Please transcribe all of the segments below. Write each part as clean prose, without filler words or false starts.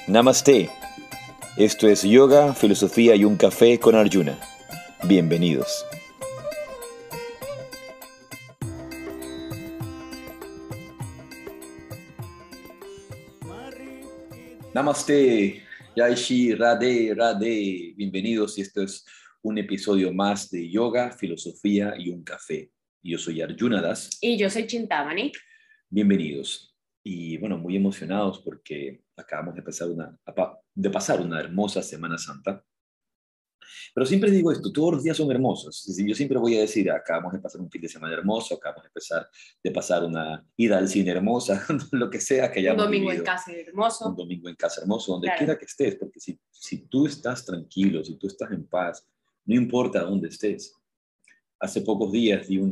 Namaste. Esto es Yoga, Filosofía y un Café con Arjuna. Bienvenidos. Namaste. Jai Shri Radhe Radhe. Bienvenidos. Esto es un episodio más de Yoga, Filosofía y un Café. Yo soy Arjuna Das. Y yo soy Chintamani. Bienvenidos. Y bueno, muy emocionados porque acabamos de pasar una hermosa Semana Santa. Pero siempre digo esto, todos los días son hermosos. Yo siempre voy a decir, acabamos de pasar un fin de semana hermoso, acabamos de pasar una ida al cine hermosa, lo que sea que hayamos vivido. Un domingo en casa hermoso. Un domingo en casa hermoso, donde Claro. quiera que estés, porque si tú estás tranquilo, si tú estás en paz, no importa dónde estés. Hace pocos días di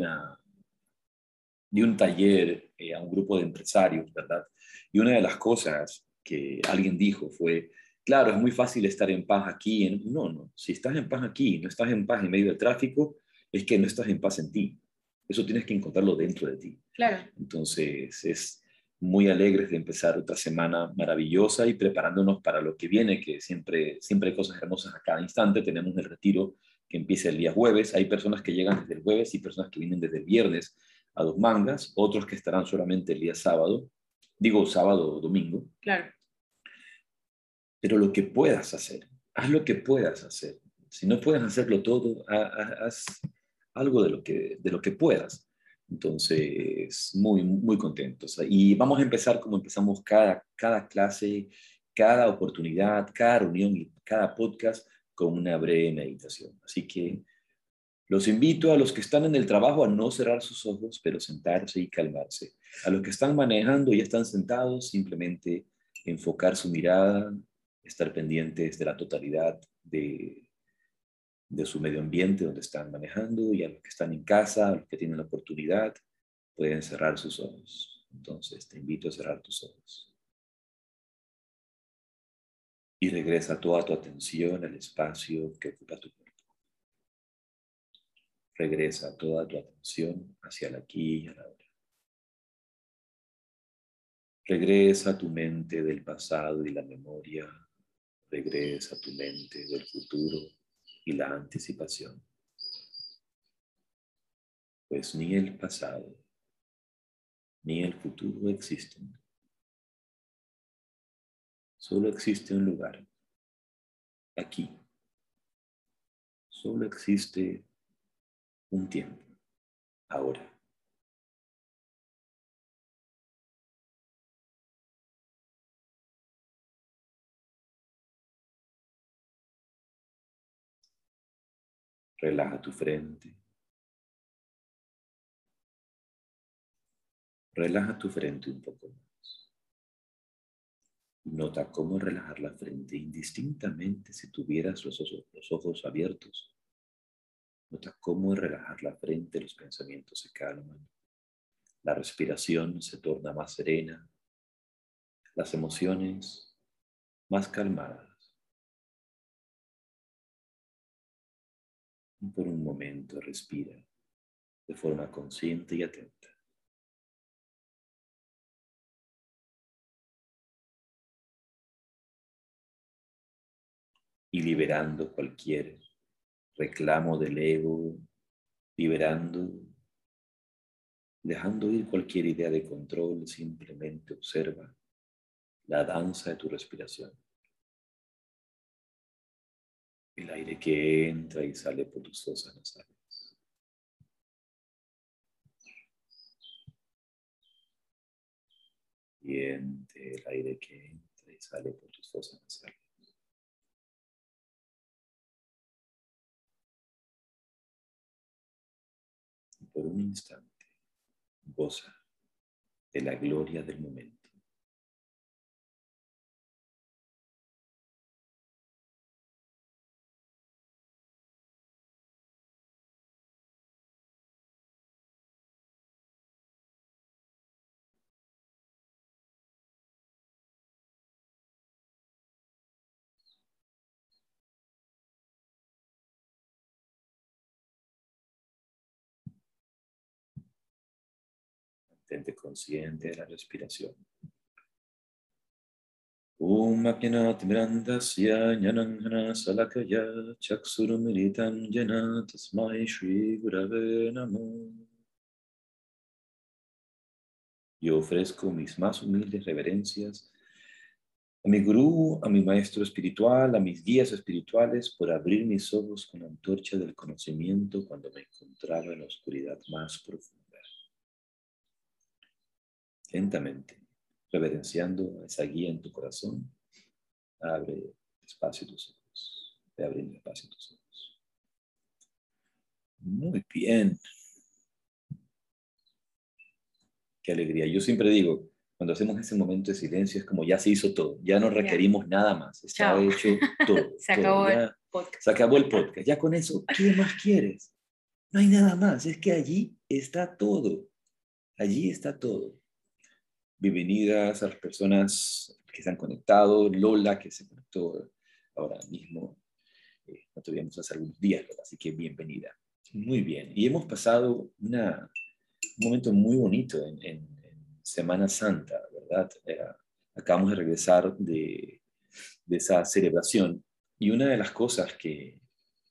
un taller a un grupo de empresarios, ¿verdad? Y una de las cosas que alguien dijo fue, claro, es muy fácil estar en paz aquí. No, si estás en paz aquí, no estás en paz en medio del tráfico, es que no estás en paz en ti. Eso tienes que encontrarlo dentro de ti. Claro. Entonces, es muy alegres de empezar otra semana maravillosa y preparándonos para lo que viene, que siempre hay cosas hermosas a cada instante. Tenemos el retiro que empieza el día jueves. Hay personas que llegan desde el jueves y personas que vienen desde el viernes a Dos Mangas, otros que estarán solamente el día sábado, digo sábado o domingo. Claro. Pero lo que puedas hacer, haz lo que puedas hacer. Si no puedes hacerlo todo, haz algo de lo que puedas. Entonces, muy contentos. Y vamos a empezar como empezamos cada clase, cada oportunidad, cada reunión y cada podcast con una breve meditación. Así que los invito a los que están en el trabajo a no cerrar sus ojos, pero sentarse y calmarse. A los que están manejando y están sentados, simplemente enfocar su mirada, estar pendientes de la totalidad de su medio ambiente donde están manejando, y a los que están en casa, a los que tienen la oportunidad, pueden cerrar sus ojos. Entonces, te invito a cerrar tus ojos. Y regresa toda tu atención al espacio que ocupa tu cuerpo. Regresa toda tu atención hacia el aquí y el ahora. Regresa a tu mente del pasado y la memoria. Regresa a tu mente del futuro y la anticipación. Pues ni el pasado ni el futuro existen. Solo existe un lugar. Aquí. Solo existe un tiempo. Ahora. Relaja tu frente. Relaja tu frente un poco más. Nota cómo relajar la frente indistintamente si tuvieras los ojos abiertos. Nota cómo relajar la frente, los pensamientos se calman. La respiración se torna más serena. Las emociones más calmadas. Y por un momento respira de forma consciente y atenta. Y liberando cualquier reclamo del ego, dejando ir cualquier idea de control, simplemente observa la danza de tu respiración. El aire que entra y sale por tus fosas nasales. Siente el aire que entra y sale por tus fosas nasales. Y por un instante, goza de la gloria del momento. Mantente consciente de la respiración. Om Apyanatimirandasya Jnananghana Salakaya Chaksurumilitam Jena Tasmai Shri Gurave Namo. Yo ofrezco mis más humildes reverencias a mi gurú, a mi maestro espiritual, a mis guías espirituales por abrir mis ojos con la antorcha del conocimiento cuando me encontraba en la oscuridad más profunda. Lentamente, reverenciando a esa guía en tu corazón, abre despacio tus ojos. Ve abriendo despacio tus ojos. Muy bien. Qué alegría. Yo siempre digo, cuando hacemos ese momento de silencio, es como ya se hizo todo. Ya no requerimos nada más. Está Chao. hecho todo. Se todo. acabó Ya, el podcast. se acabó el podcast. Ya con eso, ¿qué más quieres? No hay nada más. Es que allí está todo. Allí está todo. Bienvenidas a las personas que se han conectado. Lola, que se conectó ahora mismo. No te veíamos hace algunos días, Lola, así que bienvenida. Muy bien. Y hemos pasado un momento muy bonito en Semana Santa, ¿verdad? Acabamos de regresar de esa celebración. Y una de las cosas que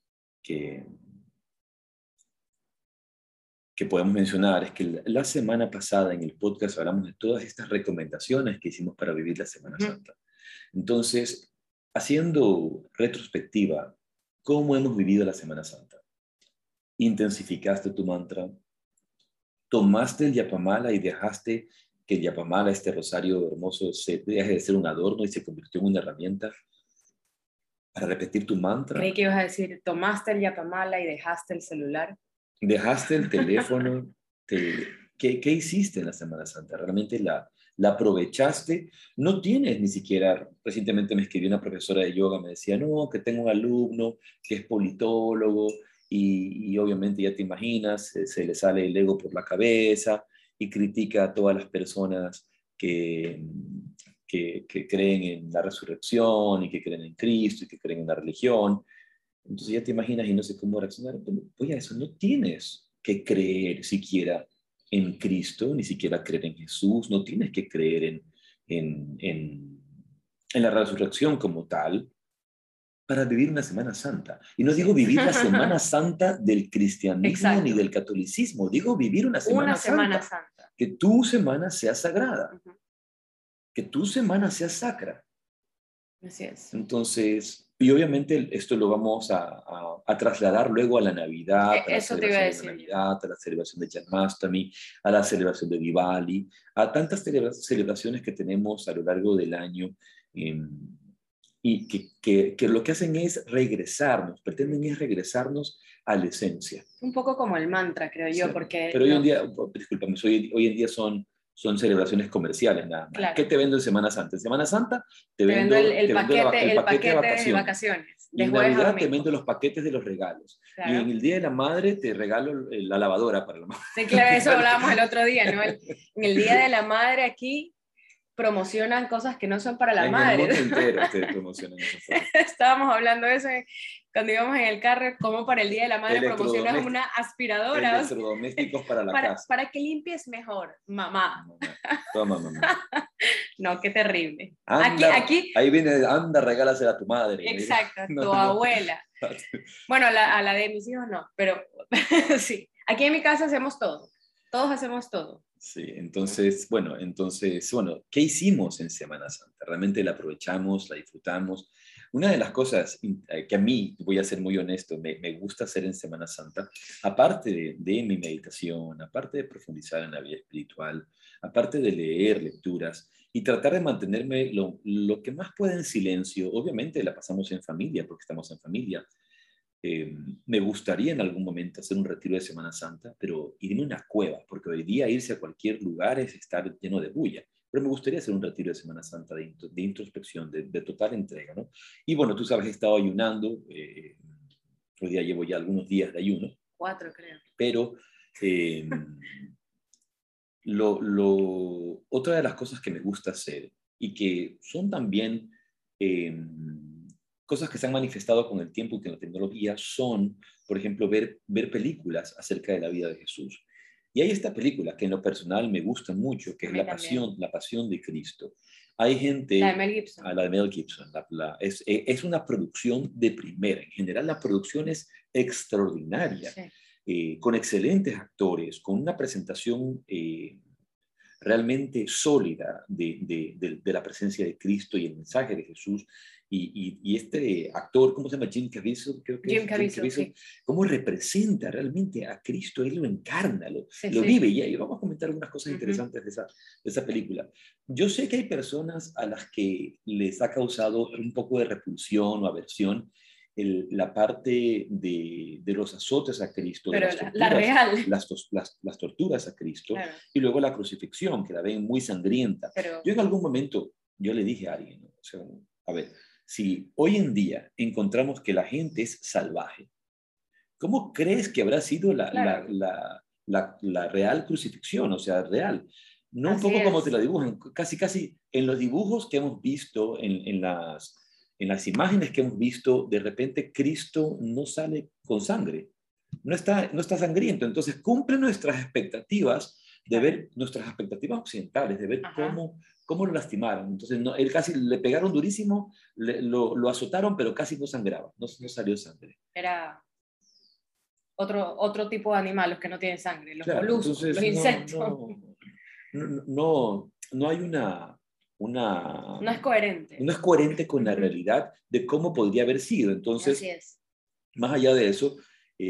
podemos mencionar es que la semana pasada en el podcast hablamos de todas estas recomendaciones que hicimos para vivir la Semana Santa. Entonces, haciendo retrospectiva, ¿cómo hemos vivido la Semana Santa? ¿Intensificaste tu mantra? ¿Tomaste el yapamala y dejaste que el yapamala, este rosario hermoso, deje de ser un adorno y se convirtió en una herramienta para repetir tu mantra? Creí que ibas a decir, tomaste el yapamala y dejaste el celular. ¿Dejaste el teléfono? ¿Qué hiciste en la Semana Santa? ¿Realmente la aprovechaste? No tienes ni siquiera, recientemente me escribió una profesora de yoga, me decía, no, que tengo un alumno que es politólogo y obviamente ya te imaginas, se le sale el ego por la cabeza y critica a todas las personas que creen en la resurrección y que creen en Cristo y que creen en la religión. Entonces ya te imaginas y no sé cómo reaccionar. Oye, eso no tienes que creer siquiera en Cristo, ni siquiera creer en Jesús, no tienes que creer en la resurrección como tal para vivir una Semana Santa. Y no digo vivir la Semana Santa del cristianismo Exacto. ni del catolicismo, digo vivir una Semana Semana Santa. Santa. Que tu semana sea sagrada, que tu semana sea sacra. Así es. Entonces, y obviamente esto lo vamos a trasladar luego a la Navidad, a la Eso te iba a celebración de la decir. Navidad, a la celebración de Janmastami, a la celebración de Diwali, a tantas celebraciones que tenemos a lo largo del año y que lo que hacen es regresarnos, pretenden es regresarnos a la esencia. Un poco como el mantra, creo yo, Sí. porque... Pero hoy en día, discúlpame, hoy en día son celebraciones comerciales nada más. Claro. ¿Qué te vendo en Semana Santa? En Semana Santa te vendo el paquete de vacaciones. Y en Navidad te vendo los paquetes de los regalos. Claro. Y en el Día de la Madre te regalo la lavadora para la madre. Sí, claro, eso hablábamos el otro día, ¿no? En el Día de la Madre aquí promocionan cosas que no son para la madre. En el mundo entero te promocionan eso. Estábamos hablando de eso cuando íbamos en el carro, como para el Día de la Madre promocionas una aspiradora. Electrodomésticos para la casa. Para que limpies mejor, mamá. Toma, mamá. No, qué terrible. Anda, aquí, ahí viene, anda, regálasela a tu madre. Exacto, tu abuela. Bueno, a la de mis hijos no, pero sí. Aquí en mi casa hacemos todo. Todos hacemos todo. Sí, entonces, bueno, ¿qué hicimos en Semana Santa? ¿Realmente la aprovechamos, la disfrutamos? Una de las cosas que a mí, voy a ser muy honesto, me gusta hacer en Semana Santa, aparte de mi meditación, aparte de profundizar en la vida espiritual, aparte de leer lecturas y tratar de mantenerme lo que más pueda en silencio, obviamente la pasamos en familia, porque estamos en familia. Me gustaría en algún momento hacer un retiro de Semana Santa, pero irme a una cueva, porque hoy día irse a cualquier lugar es estar lleno de bulla. Pero me gustaría hacer un retiro de Semana Santa de introspección, de total entrega, ¿no? Y bueno, tú sabes, he estado ayunando, hoy día llevo ya algunos días de ayuno. 4 creo. Pero otra de las cosas que me gusta hacer y que son también cosas que se han manifestado con el tiempo y con la tecnología son, por ejemplo, ver películas acerca de la vida de Jesús. Y hay esta película que en lo personal me gusta mucho, que es La Pasión de Cristo. Hay gente... La de Mel Gibson. A la de Mel Gibson. Es una producción de primera. En general, la producción es extraordinaria, Sí. con excelentes actores, con una presentación realmente sólida de la presencia de Cristo y el mensaje de Jesús. Y este actor, ¿cómo se llama? Jim Caviezel, creo que Jim es. Caviezel, sí. ¿Cómo representa realmente a Cristo? Él lo encarna, lo Sí. vive. Y vamos a comentar algunas cosas interesantes de esa película. Yo sé que hay personas a las que les ha causado un poco de repulsión o aversión la parte de los azotes a Cristo, pero de las torturas, la real. las torturas a Cristo, Claro. y luego la crucifixión, que la ven muy sangrienta. Pero... Yo en algún momento, yo le dije a alguien, ¿no? O sea, a ver, si hoy en día encontramos que la gente es salvaje, ¿cómo crees que habrá sido Claro. la real crucifixión? O sea, real. No un Así poco como te es. la dibujan, casi en los dibujos que hemos visto, en las imágenes que hemos visto, de repente Cristo no sale con sangre, no está sangriento. Entonces cumple nuestras expectativas de ver, nuestras expectativas occidentales, de ver Ajá. cómo lo lastimaron. Entonces él casi le pegaron durísimo, lo azotaron, pero casi no sangraba, no salió sangre. Era otro tipo de animal, los que no tienen sangre, los Claro, moluscos, entonces los insectos. no hay No es coherente. no es coherente con la realidad de cómo podría haber sido. Entonces, Así es. más allá de eso,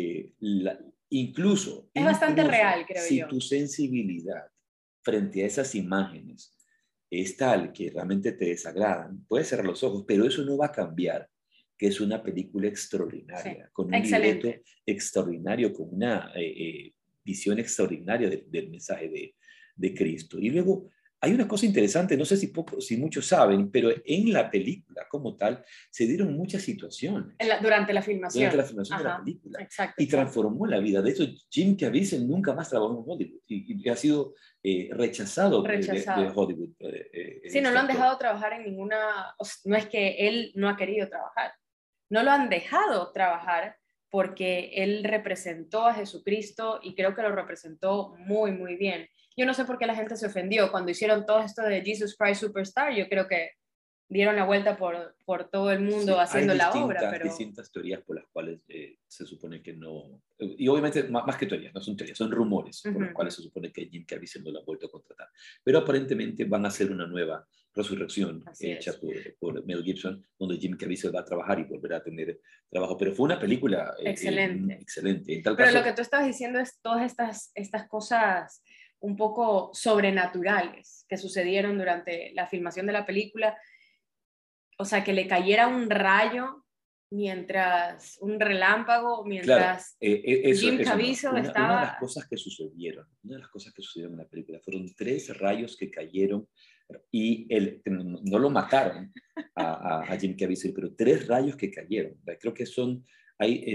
incluso Es bastante real, creo si yo. tu sensibilidad frente a esas imágenes es tal que realmente te desagradan, puedes cerrar los ojos, pero eso no va a cambiar, que es una película extraordinaria, Sí. con un Excelente. libreto extraordinario, con una visión extraordinaria del mensaje de Cristo. Y luego hay una cosa interesante, no sé si muchos saben, pero en la película como tal se dieron muchas situaciones Durante la filmación. de la Ajá. película. Exacto. Y transformó la vida. De hecho, Jim Caviezel nunca más trabajó en Hollywood y ha sido rechazado, de Hollywood. Sí, no lo han dejado trabajar en ninguna... No es que él no ha querido trabajar. No lo han dejado trabajar porque él representó a Jesucristo y creo que lo representó muy, muy bien. Yo no sé por qué la gente se ofendió cuando hicieron todo esto de Jesus Christ Superstar. Yo creo que dieron la vuelta por todo el mundo Sí, haciendo la obra. Hay distintas teorías por las cuales se supone que no... Y obviamente, más que teorías, no son teorías, son rumores por los cuales se supone que Jim Caviezel no lo ha vuelto a contratar. Pero aparentemente van a hacer una nueva resurrección hecha por Mel Gibson, donde Jim Caviezel va a trabajar y volverá a tener trabajo. Pero fue una película excelente. En tal Pero caso, lo que tú estabas diciendo es todas estas cosas un poco sobrenaturales que sucedieron durante la filmación de la película. O sea, que le cayera un rayo un relámpago, mientras Jim Caviezel estaba... Una de las cosas que sucedieron en la película fueron 3 rayos que cayeron y no lo mataron a Jim Caviezel, pero 3 rayos que cayeron. Creo que hay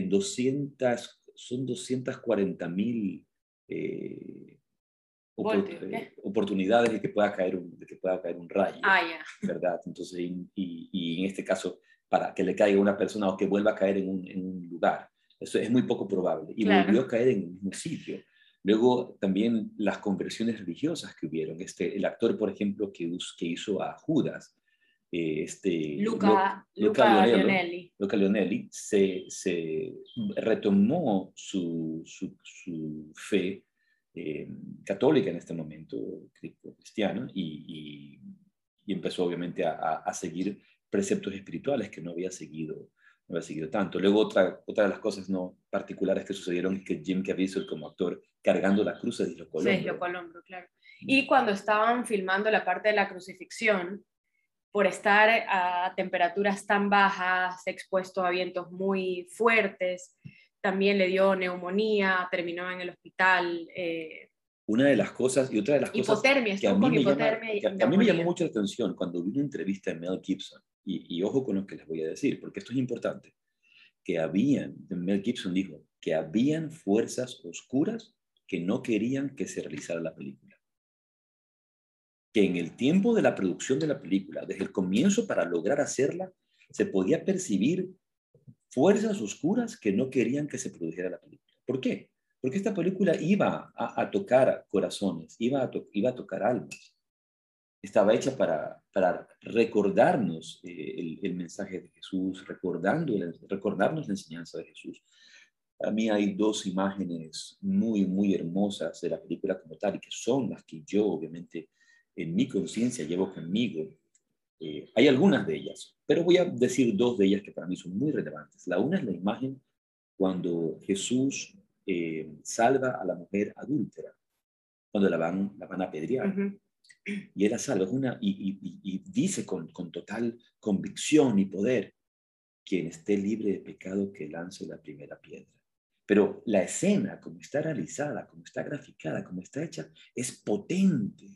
240,000 oportunidades de que pueda caer un rayo, ¿verdad? Entonces, y en este caso, para que le caiga a una persona o que vuelva a caer en un lugar. Eso es muy poco probable. Y volvió a caer en el mismo sitio. Luego, también las conversiones religiosas que hubieron. El actor, por ejemplo, que hizo a Judas, Luca Leonelli, se retomó su fe católica en este momento, cristiana, y empezó obviamente a seguir preceptos espirituales que no había seguido tanto. Luego otra de las cosas no particulares que sucedieron es que Jim Caviezel como actor cargando la cruz de Islo Colombo. Sí, Islo Colombo, claro. Y cuando estaban filmando la parte de la crucifixión, por estar a temperaturas tan bajas, expuesto a vientos muy fuertes, también le dio neumonía, terminó en el hospital. Una de las cosas, y otra de las cosas que a mí me llamó mucho la atención cuando vi una entrevista de Mel Gibson, y ojo con lo que les voy a decir, porque esto es importante, Mel Gibson dijo que habían fuerzas oscuras que no querían que se realizara la película. Que en el tiempo de la producción de la película, desde el comienzo para lograr hacerla, se podía percibir fuerzas oscuras que no querían que se produjera la película. ¿Por qué? Porque esta película iba a tocar corazones, iba a tocar almas. estaba hecha para recordarnos el mensaje de Jesús, recordarnos la enseñanza de Jesús. A mí hay dos imágenes muy, muy hermosas de la película como tal, y que son las que yo, obviamente, en mi conciencia llevo conmigo. Hay algunas de ellas, pero voy a decir dos de ellas que para mí son muy relevantes. La una es la imagen cuando Jesús salva a la mujer adúltera, cuando la van a apedrear. Ujú. Y él la salva y dice con total convicción y poder: quien esté libre de pecado, que lance la primera piedra. Pero la escena, como está realizada, como está graficada, como está hecha, es potente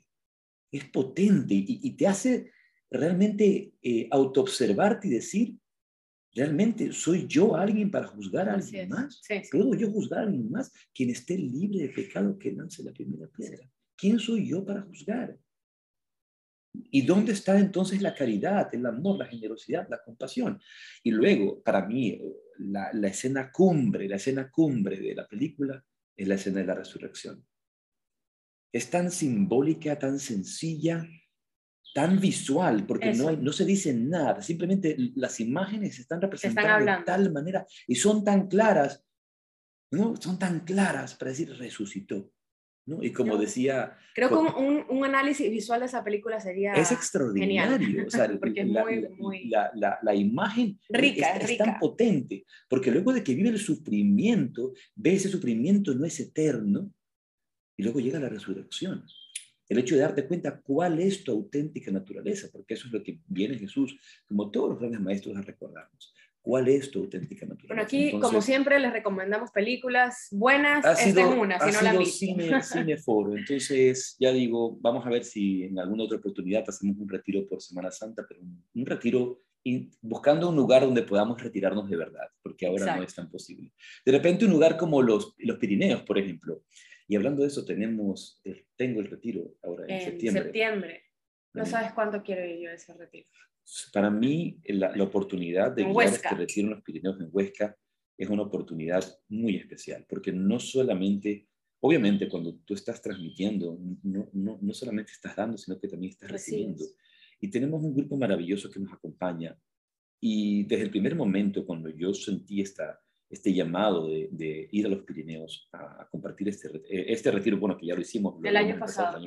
y te hace realmente autoobservarte y decir: ¿realmente soy yo alguien para juzgar a alguien más? Sí, sí. ¿Puedo yo juzgar a alguien más? Quien esté libre de pecado, que lance la primera piedra. ¿Quién soy yo para juzgar? ¿Y dónde está entonces la caridad, el amor, la generosidad, la compasión? Y luego, para mí, la escena cumbre de la película es la escena de la resurrección. Es tan simbólica, tan sencilla, tan visual, porque no se dice nada, simplemente las imágenes se están representando de tal manera y son tan claras, ¿no? Son tan claras para decir resucitó, ¿no? Y como decía... Creo que un análisis visual de esa película sería es extraordinario, genial, o sea, porque es muy la imagen rica, es tan potente, porque luego de que vive el sufrimiento, ve ese sufrimiento no es eterno, y luego llega la resurrección. El hecho de darte cuenta cuál es tu auténtica naturaleza, porque eso es lo que viene Jesús, como todos los grandes maestros, a recordarnos. ¿Cuál es tu auténtica naturaleza? Bueno, aquí, entonces, como siempre, les recomendamos películas buenas. Esta es una, si no la han visto. Cineforo. Entonces, ya digo, vamos a ver si en alguna otra oportunidad hacemos un retiro por Semana Santa, pero un retiro buscando un lugar donde podamos retirarnos de verdad, porque ahora no es tan posible. De repente un lugar como los Pirineos, por ejemplo. Y hablando de eso, tengo el retiro ahora en septiembre. No sabes cuánto quiero ir yo a ese retiro. Para mí, la oportunidad de guiar este retiro en los Pirineos, en Huesca, es una oportunidad muy especial, porque no solamente, obviamente, cuando tú estás transmitiendo, no solamente estás dando, sino que también estás recibiendo. Y tenemos un grupo maravilloso que nos acompaña. Y desde el primer momento, cuando yo sentí este llamado de ir a los Pirineos a compartir este retiro, bueno, que ya lo hicimos el año pasado.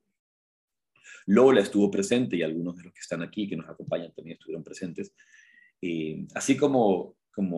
Lola estuvo presente y algunos de los que están aquí, que nos acompañan, también estuvieron presentes. Así como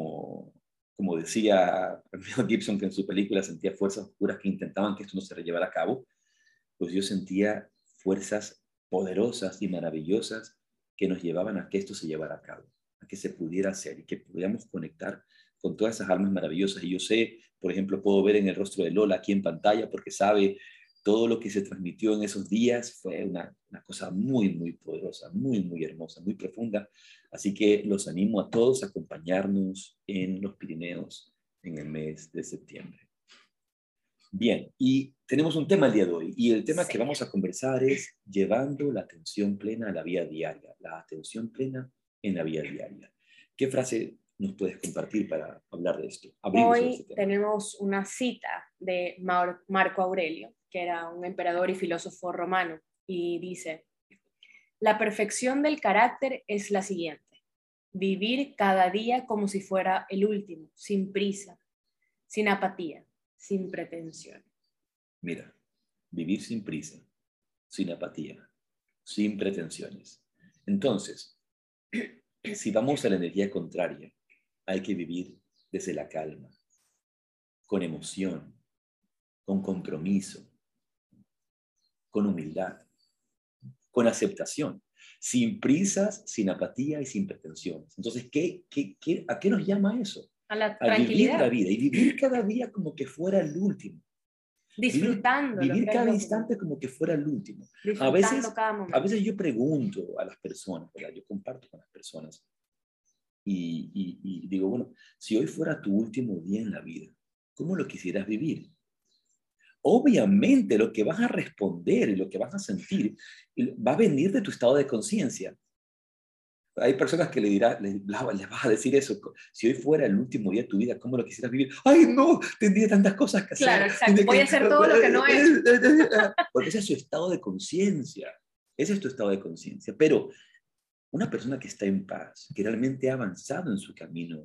decía Mel Gibson, que en su película sentía fuerzas oscuras que intentaban que esto no se llevara a cabo, pues yo sentía fuerzas poderosas y maravillosas que nos llevaban a que esto se llevara a cabo, a que se pudiera hacer y que pudiéramos conectar con todas esas almas maravillosas. Y yo sé, por ejemplo, puedo ver en el rostro de Lola aquí en pantalla, porque sabe todo lo que se transmitió en esos días. Fue una cosa muy, muy poderosa, muy, muy hermosa, muy profunda. Así que los animo a todos a acompañarnos en los Pirineos en el mes de septiembre. Bien, y tenemos un tema el día de hoy, y el tema que vamos a conversar es llevando la atención plena a la vida diaria, la atención plena en la vida diaria. ¿Qué frase nos puedes compartir para hablar de esto? Hoy tenemos una cita de Marco Aurelio, que era un emperador y filósofo romano, y dice: la perfección del carácter es la siguiente: vivir cada día como si fuera el último, sin prisa, sin apatía, sin pretensión. Mira, vivir sin prisa, sin apatía, sin pretensiones. Entonces, si vamos a la energía contraria, hay que vivir desde la calma, con emoción, con compromiso, con humildad, con aceptación, sin prisas, sin apatía y sin pretensiones. Entonces, ¿a qué nos llama eso? A la tranquilidad. A vivir la vida y vivir cada día como que fuera el último. Disfrutando. Vivir cada instante como que fuera el último. A veces yo pregunto a las personas, ¿verdad? Yo comparto con las personas y digo, bueno, si hoy fuera tu último día en la vida, ¿cómo lo quisieras vivir? Obviamente lo que vas a responder y lo que vas a sentir va a venir de tu estado de conciencia. Hay personas que les vas a decir eso: si hoy fuera el último día de tu vida, ¿cómo lo quisieras vivir? ¡Ay, no! Tendría tantas cosas que hacer. Claro, exacto. Voy a hacer todo lo que no he hecho. Porque ese es su estado de conciencia. Ese es tu estado de conciencia. Pero una persona que está en paz, que realmente ha avanzado en su camino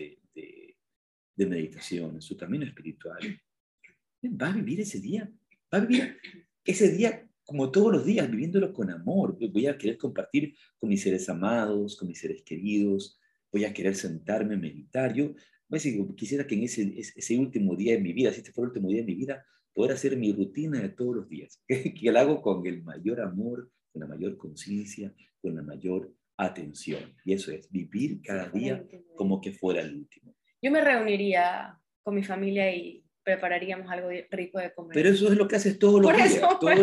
de meditación, en su camino espiritual, va a vivir ese día. Va a vivir ese día como todos los días, viviéndolo con amor. Voy a querer compartir con mis seres amados, con mis seres queridos. Voy a querer sentarme a meditar. Yo quisiera que en ese último día de mi vida, si este fuera el último día de mi vida, poder hacer mi rutina de todos los días, que la hago con el mayor amor, con la mayor conciencia, con la mayor atención. Y eso es, vivir cada día como que fuera el último. Yo me reuniría con mi familia y prepararíamos algo rico de comer. Pero eso es lo que haces todos los días.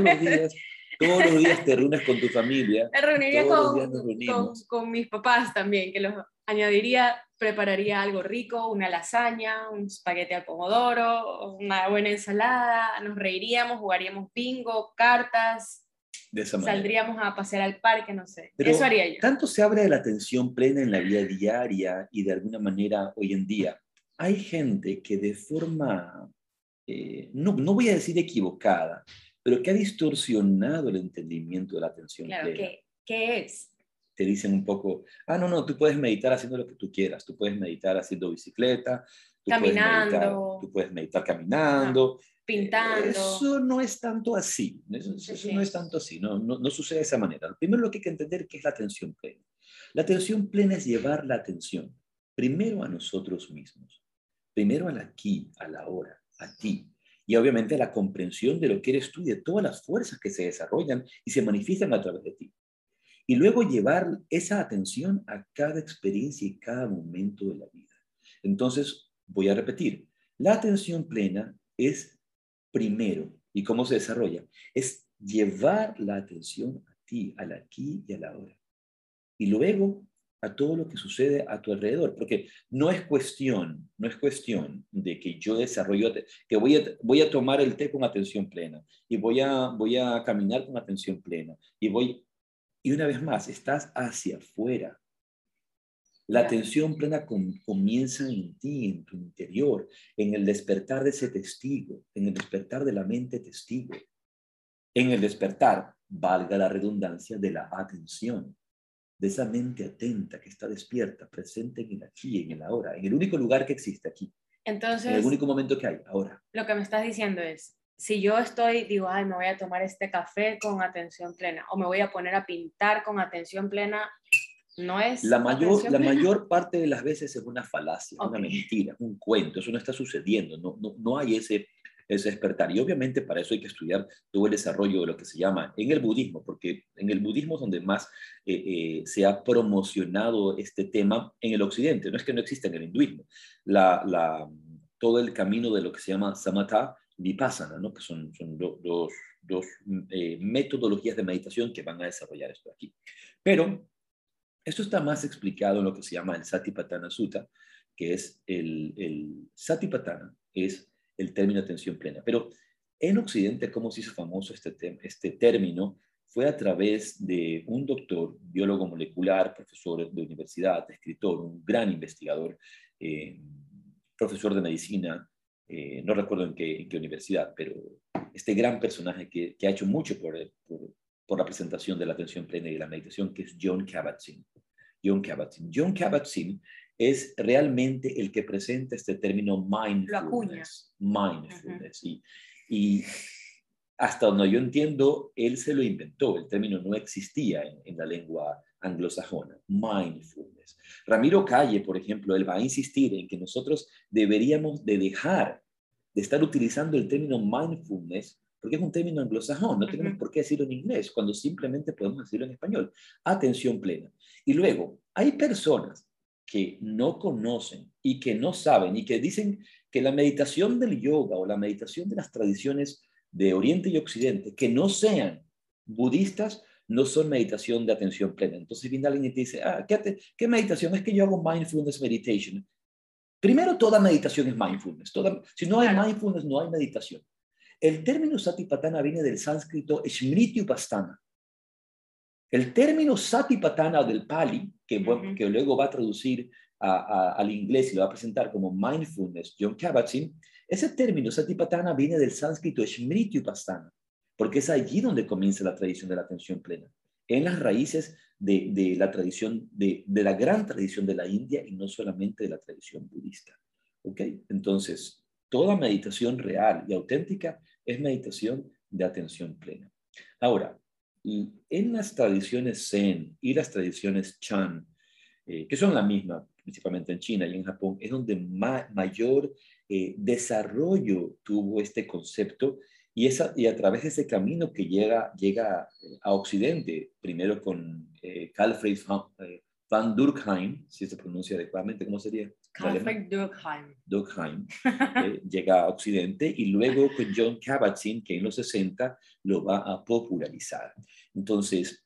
Todos los días te reúnes con tu familia. Me reuniría con mis papás también, que los añadiría, prepararía algo rico, una lasaña, un espagueti al pomodoro, una buena ensalada, nos reiríamos, jugaríamos bingo, cartas, de esa manera. Saldríamos a pasear al parque, no sé. Pero eso haría yo. Tanto se habla de la atención plena en la vida diaria y de alguna manera hoy en día. Hay gente que de forma, no voy a decir equivocada, pero que ha distorsionado el entendimiento de la atención plena. Claro, ¿qué es? Te dicen un poco, no, tú puedes meditar haciendo lo que tú quieras, tú puedes meditar haciendo bicicleta, caminando, tú puedes meditar caminando, pintando. Eso no es tanto así, eso no es tanto así, no sucede de esa manera. Primero lo que hay que entender es que es la atención plena. La atención plena es llevar la atención primero a nosotros mismos, primero al aquí, a la hora, a ti, y obviamente a la comprensión de lo que eres tú y de todas las fuerzas que se desarrollan y se manifiestan a través de ti. Y luego llevar esa atención a cada experiencia y cada momento de la vida. Entonces, voy a repetir, la atención plena es primero, ¿y cómo se desarrolla? Es llevar la atención a ti, al aquí y a la ahora. Y luego a todo lo que sucede a tu alrededor, porque no es cuestión de que yo desarrollo, que voy a tomar el té con atención plena y voy a caminar con atención plena y una vez más, estás hacia afuera. La atención plena comienza en ti, en tu interior, en el despertar de ese testigo, en el despertar de la mente testigo, en el despertar, valga la redundancia, de la atención, de esa mente atenta que está despierta, presente en el aquí y en el ahora, en el único lugar que existe aquí. Entonces, en el único momento que hay, ahora. Lo que me estás diciendo es, si yo digo, me voy a tomar este café con atención plena, o me voy a poner a pintar con atención plena, no es la mayor parte de las veces es una falacia, una mentira, un cuento, eso no está sucediendo, no hay ese despertar. Y obviamente para eso hay que estudiar todo el desarrollo de lo que se llama en el budismo, porque en el budismo es donde más se ha promocionado este tema en el occidente, no es que no exista en el hinduismo. Todo el camino de lo que se llama samatha, vipassana, ¿no? Que son dos metodologías de meditación que van a desarrollar esto aquí. Pero esto está más explicado en lo que se llama el Satipatthana Sutta, que es el Satipatthana, es el término de atención plena. Pero en Occidente, ¿cómo se hizo famoso este término? Fue a través de un doctor, biólogo molecular, profesor de universidad, escritor, un gran investigador, profesor de medicina, no recuerdo en qué universidad, pero este gran personaje que ha hecho mucho por la presentación de la atención plena y de la meditación, que es Jon Kabat-Zinn. Jon Kabat-Zinn es realmente el que presenta este término mindfulness. Mindfulness. Y hasta donde yo entiendo, él se lo inventó. El término no existía en la lengua anglosajona. Mindfulness. Ramiro Calle, por ejemplo, él va a insistir en que nosotros deberíamos de dejar de estar utilizando el término mindfulness porque es un término anglosajón, no tenemos por qué decirlo en inglés, cuando simplemente podemos decirlo en español. Atención plena. Y luego, hay personas que no conocen y que no saben y que dicen que la meditación del yoga o la meditación de las tradiciones de Oriente y Occidente, que no sean budistas, no son meditación de atención plena. Entonces viene alguien y te dice, ¿qué meditación? Es que yo hago mindfulness meditation. Primero, toda meditación es mindfulness. Si no hay mindfulness, no hay meditación. El término Satipatthana viene del sánscrito Smriti Upasthana. El término Satipatthana del Pali, que luego va a traducir al inglés y lo va a presentar como mindfulness, Jon Kabat-Zinn, ese término Satipatthana viene del sánscrito Smriti Upasthana, porque es allí donde comienza la tradición de la atención plena, en las raíces de la tradición, de la gran tradición de la India y no solamente de la tradición budista. ¿Ok? Entonces, toda meditación real y auténtica es meditación de atención plena. Ahora, en las tradiciones Zen y las tradiciones Chan, que son la misma, principalmente en China y en Japón, es donde mayor desarrollo tuvo este concepto y a través de ese camino que llega a Occidente, primero con Alfred van Durkheim, si se pronuncia adecuadamente, ¿cómo sería? Alfred Durkheim. Durkheim llega a Occidente y luego con John Kabat-Zinn, que en los 60 lo va a popularizar. Entonces,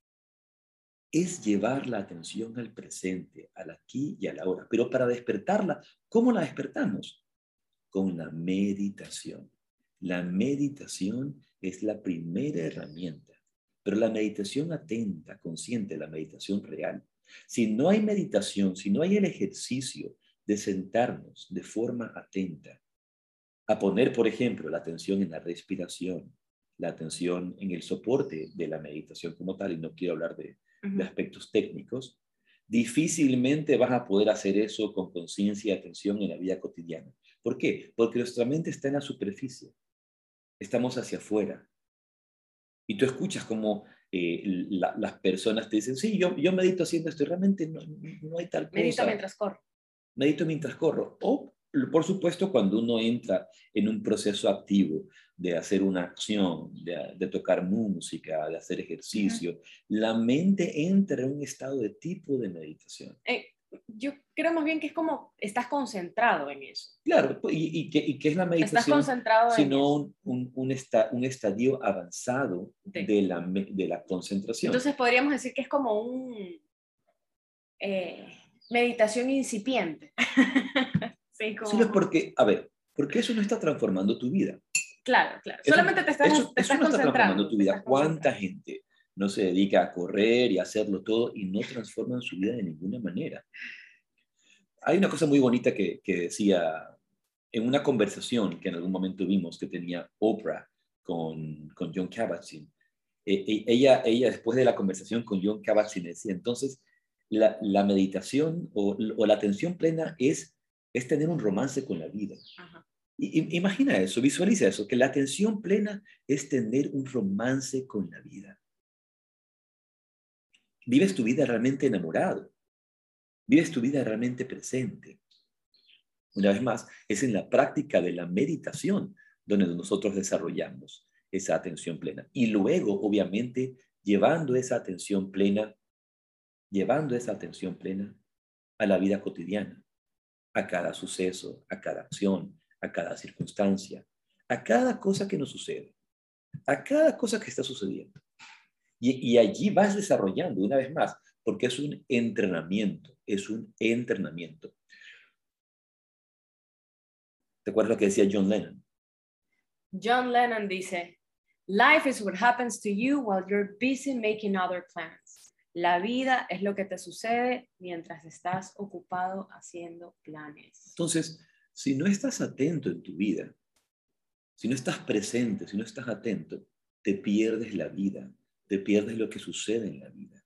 es llevar la atención al presente, al aquí y a la ahora. Pero para despertarla, ¿cómo la despertamos? Con la meditación. La meditación es la primera herramienta, pero la meditación atenta, consciente, la meditación real. Si no hay meditación, si no hay el ejercicio de sentarnos de forma atenta, a poner, por ejemplo, la atención en la respiración, la atención en el soporte de la meditación como tal, y no quiero hablar de aspectos técnicos, difícilmente vas a poder hacer eso con conciencia y atención en la vida cotidiana. ¿Por qué? Porque nuestra mente está en la superficie, estamos hacia afuera. Y tú escuchas como las personas te dicen, sí, yo medito haciendo esto, y realmente no hay tal cosa. Medito mientras corro. Medito mientras corro. O, por supuesto, cuando uno entra en un proceso activo de hacer una acción, de tocar música, de hacer ejercicio, la mente entra en un estado de tipo de meditación. Yo creo más bien que es como estás concentrado en eso. Claro, y que es la meditación, estás concentrado sino un estadio avanzado de la concentración. Entonces podríamos decir que es como un meditación incipiente. Sí, como... Sí, porque, a ver, porque eso no está transformando tu vida. Claro, claro. Solamente te estás eso no está transformando tu vida. ¿Cuánta gente no se dedica a correr y a hacerlo todo y no transforman su vida de ninguna manera? Hay una cosa muy bonita que decía en una conversación que en algún momento vimos que tenía Oprah con John Kabat-Zinn. Ella, después de la conversación con John Kabat-Zinn, decía, entonces, la meditación o la atención plena es tener un romance con la vida. Ajá. Imagina eso, visualiza eso, que la atención plena es tener un romance con la vida. Vives tu vida realmente enamorado. Vives tu vida realmente presente. Una vez más, es en la práctica de la meditación donde nosotros desarrollamos esa atención plena. Y luego, obviamente, llevando esa atención plena a la vida cotidiana, a cada suceso, a cada acción, a cada circunstancia, a cada cosa que nos sucede, a cada cosa que está sucediendo. Y allí vas desarrollando, una vez más, porque es un entrenamiento, ¿Te acuerdas lo que decía John Lennon? John Lennon dice, "Life is what happens to you while you're busy making other plans." La vida es lo que te sucede mientras estás ocupado haciendo planes. Entonces, si no estás atento en tu vida, si no estás presente, si no estás atento, te pierdes la vida, te pierdes lo que sucede en la vida.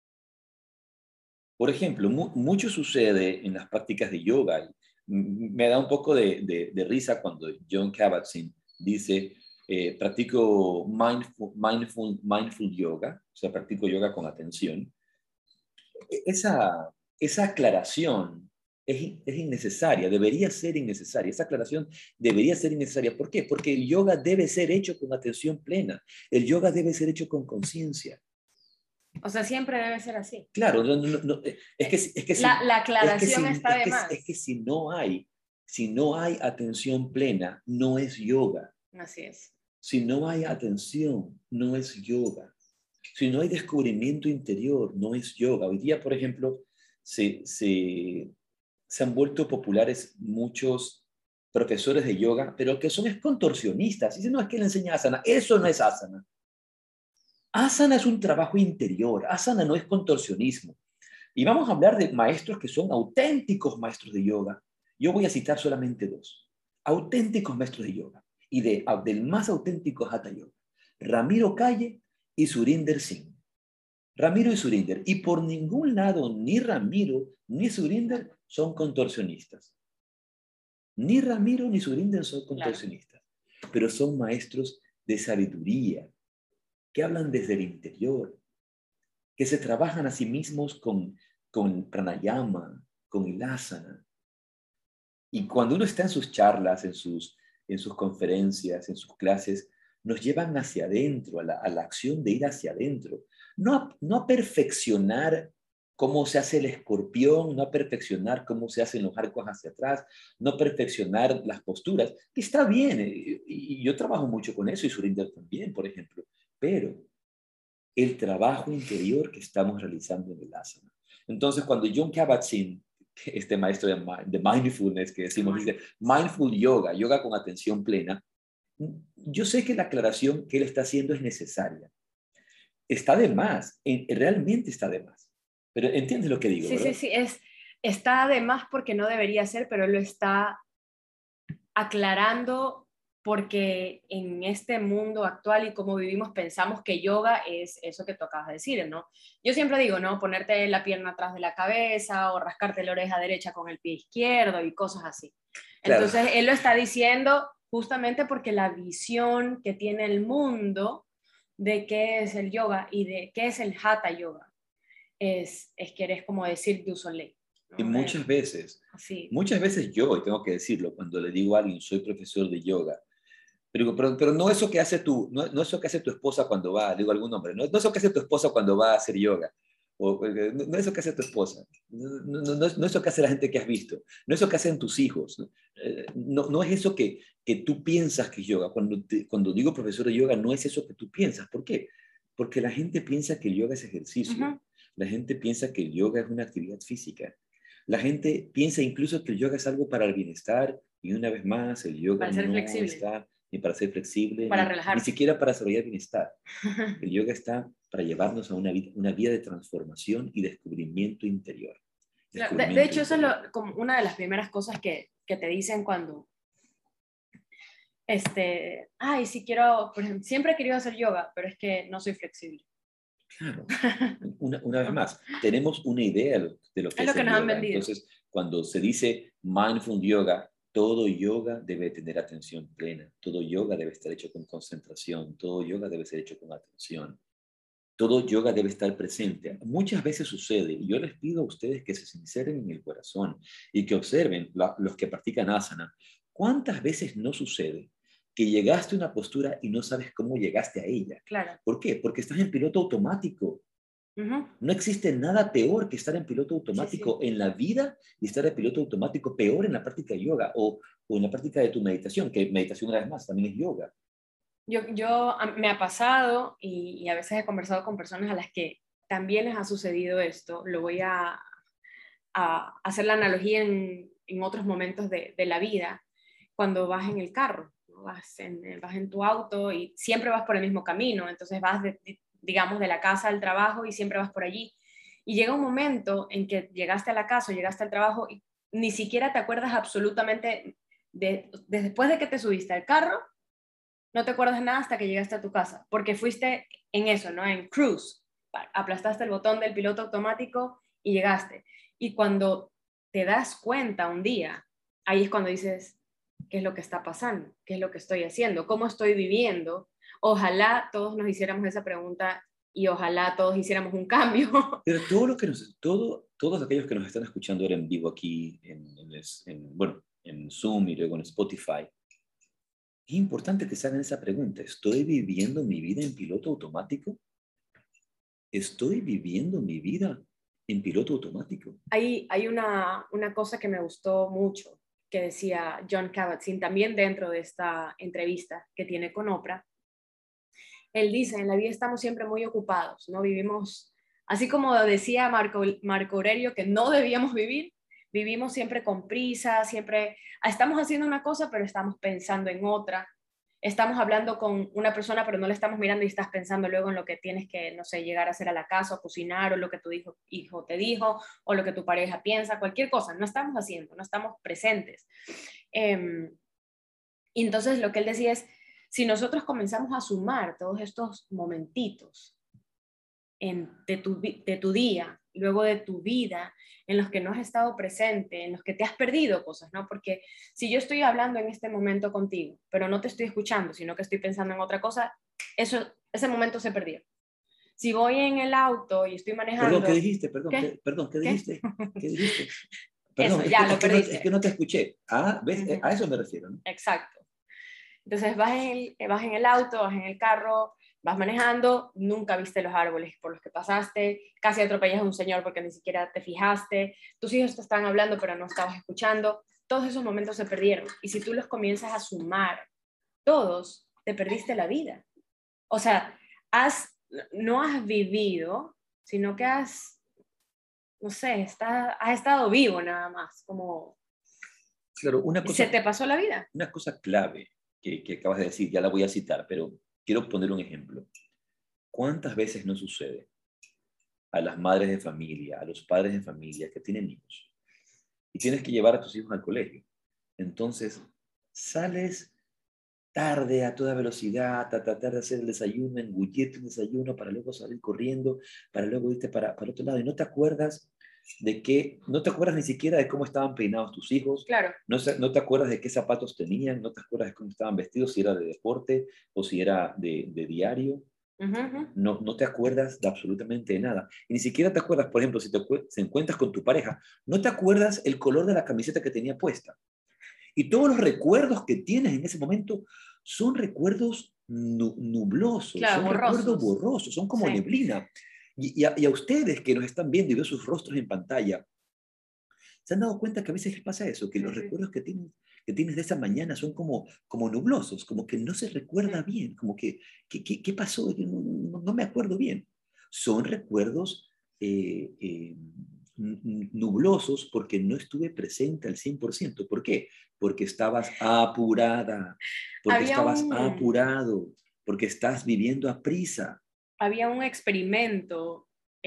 Por ejemplo, mucho sucede en las prácticas de yoga. Me da un poco de risa cuando John Kabat-Zinn dice, practico mindful yoga, o sea, practico yoga con atención. Esa aclaración es innecesaria, debería ser innecesaria. Esa aclaración debería ser innecesaria. ¿Por qué? Porque el yoga debe ser hecho con atención plena. El yoga debe ser hecho con conciencia. O sea, siempre debe ser así. Claro, es que la aclaración está de más. Es que si no hay atención plena, no es yoga. Así es. Si no hay atención, no es yoga. Si no hay descubrimiento interior, no es yoga. Hoy día, por ejemplo, se han vuelto populares muchos profesores de yoga, pero que son contorsionistas. Dicen, no, es que le enseña asana. Eso no es asana. Asana es un trabajo interior. Asana no es contorsionismo. Y vamos a hablar de maestros que son auténticos maestros de yoga. Yo voy a citar solamente dos. Auténticos maestros de yoga. Y del más auténtico Hatha Yoga. Ramiro Calle y Surinder Singh. Ramiro y Surinder. Y por ningún lado, ni Ramiro ni Surinder son contorsionistas. Ni Ramiro ni Surinder son contorsionistas. Claro. Pero son maestros de sabiduría, que hablan desde el interior, que se trabajan a sí mismos con pranayama, con el asana. Y cuando uno está en sus charlas, en sus conferencias, en sus clases, nos llevan hacia adentro, a la acción de ir hacia adentro. No a perfeccionar cómo se hace el escorpión, no a perfeccionar cómo se hacen los arcos hacia atrás, no perfeccionar las posturas, que está bien, y yo trabajo mucho con eso, y Surinder también, por ejemplo, pero el trabajo interior que estamos realizando en el asana. Entonces, cuando Jon Kabat-Zinn, este maestro de mindfulness que decimos, dice mindful yoga, yoga con atención plena, yo sé que la aclaración que él está haciendo es necesaria. Está de más, realmente está de más. Pero entiendes lo que digo, sí, ¿verdad? Sí, está de más porque no debería ser, pero él lo está aclarando porque en este mundo actual y como vivimos pensamos que yoga es eso que tú acabas de decir, ¿no? Yo siempre digo, ¿no? Ponerte la pierna atrás de la cabeza o rascarte la oreja derecha con el pie izquierdo y cosas así. Claro. Entonces, él lo está diciendo justamente porque la visión que tiene el mundo de qué es el yoga y de qué es el hatha yoga es que eres como decir du soleil. ¿No? Y muchas veces yo, y tengo que decirlo, cuando le digo a alguien, soy profesor de yoga, pero no eso que hace no eso que hace tu esposa cuando va, digo algún nombre, no eso que hace tu esposa cuando va a hacer yoga, no eso que hace tu esposa, no eso que hace la gente que has visto, no eso que hacen tus hijos, no es eso que tú piensas que es yoga. Cuando digo profesor de yoga, no es eso que tú piensas. ¿Por qué? Porque la gente piensa que el yoga es ejercicio, la gente piensa que el yoga es una actividad física. La gente piensa incluso que el yoga es algo para el bienestar, y una vez más, el yoga no está ni para ser flexible, ni siquiera para desarrollar bienestar. El yoga está para llevarnos a una vía de transformación y descubrimiento interior. De hecho, eso es como una de las primeras cosas que te dicen cuando, ay, sí quiero, por ejemplo, siempre he querido hacer yoga, pero es que no soy flexible. Claro, una vez más, tenemos una idea de lo que es lo que el nos yoga. Han vendido. Entonces, cuando se dice mindful yoga, todo yoga debe tener atención plena, todo yoga debe estar hecho con concentración, todo yoga debe ser hecho con atención, todo yoga debe estar presente. Muchas veces sucede, y yo les pido a ustedes que se sinceren en el corazón y que observen los que practican asana, ¿cuántas veces no sucede que llegaste a una postura y no sabes cómo llegaste a ella? Claro. ¿Por qué? Porque estás en piloto automático. No existe nada peor que estar en piloto automático en la vida y estar en piloto automático peor en la práctica de yoga o en la práctica de tu meditación, que meditación una vez más también es yoga. Me ha pasado y a veces he conversado con personas a las que también les ha sucedido esto. Lo voy a hacer la analogía en otros momentos de la vida, cuando vas en el carro, ¿no? vas en tu auto y siempre vas por el mismo camino, entonces vas, digamos, de la casa al trabajo y siempre vas por allí. Y llega un momento en que llegaste a la casa o llegaste al trabajo y ni siquiera te acuerdas absolutamente después de que te subiste al carro, no te acuerdas de nada hasta que llegaste a tu casa, porque fuiste en eso, ¿no? En cruise, aplastaste el botón del piloto automático y llegaste. Y cuando te das cuenta un día, ahí es cuando dices, ¿qué es lo que está pasando? ¿Qué es lo que estoy haciendo? ¿Cómo estoy viviendo? Ojalá todos nos hiciéramos esa pregunta y ojalá todos hiciéramos un cambio. Pero todos aquellos que nos están escuchando ahora en vivo aquí, en Zoom y luego en Spotify, es importante que se hagan esa pregunta. ¿Estoy viviendo mi vida en piloto automático? ¿Estoy viviendo mi vida en piloto automático? Hay una cosa que me gustó mucho que decía Jon Kabat-Zinn también dentro de esta entrevista que tiene con Oprah. Él dice, en la vida estamos siempre muy ocupados, ¿no? Vivimos, así como decía Marco Aurelio, que no debíamos vivir, vivimos siempre con prisa, siempre estamos haciendo una cosa, pero estamos pensando en otra. Estamos hablando con una persona, pero no le estamos mirando y estás pensando luego en lo que tienes que, no sé, llegar a hacer a la casa o cocinar, o lo que tu hijo te dijo, o lo que tu pareja piensa, cualquier cosa. No estamos haciendo, no estamos presentes. Y entonces lo que él decía es, Si nosotros comenzamos a sumar todos estos momentitos de tu día, luego de tu vida, en los que no has estado presente, en los que te has perdido cosas, ¿no? Porque si yo estoy hablando en este momento contigo, pero no te estoy escuchando, sino que estoy pensando en otra cosa, ese momento se perdió. Si voy en el auto y estoy manejando... Perdón, ¿qué dijiste? Perdón, ¿Qué? ¿qué dijiste? ¿Qué dijiste? Eso, Perdón, ya lo perdiste. Es que no te escuché. Ah, ¿ves? A eso me refiero, ¿no? Exacto. Entonces vas en el auto, vas en el carro, vas manejando, nunca viste los árboles por los que pasaste, casi atropellas a un señor porque ni siquiera te fijaste, tus hijos te están hablando pero no estabas escuchando, todos esos momentos se perdieron. Y si tú los comienzas a sumar, todos, te perdiste la vida. O sea, no has vivido, sino que no sé, has estado vivo nada más, como claro, se te pasó la vida. Una cosa clave que acabas de decir, ya la voy a citar, pero quiero poner un ejemplo. ¿Cuántas veces no sucede a las madres de familia, a los padres de familia que tienen hijos y tienes que llevar a tus hijos al colegio? Entonces, sales tarde a toda velocidad, a tratar de hacer el desayuno, engullirte un desayuno para luego salir corriendo, para luego irte para otro lado y no te acuerdas no te acuerdas ni siquiera de cómo estaban peinados tus hijos, claro. no te acuerdas de qué zapatos tenían, no te acuerdas de cómo estaban vestidos, si era de deporte o si era de diario. No te acuerdas de absolutamente nada. Y ni siquiera te acuerdas, por ejemplo, si te encuentras con tu pareja, no te acuerdas el color de la camiseta que tenía puesta. Y todos los recuerdos que tienes en ese momento son recuerdos nublosos, claro, son recuerdos borrosos, son como neblina. Y a ustedes que nos están viendo y ven sus rostros en pantalla, ¿se han dado cuenta que a veces les pasa eso? Que los recuerdos que tienes de esa mañana son como nublosos, como que no se recuerda bien, como que, ¿qué pasó? Yo no me acuerdo bien. Son recuerdos nublosos porque no estuve presente al 100%. ¿Por qué? Porque estabas apurada, porque estabas apurado, porque estás viviendo a prisa. Había un experimento,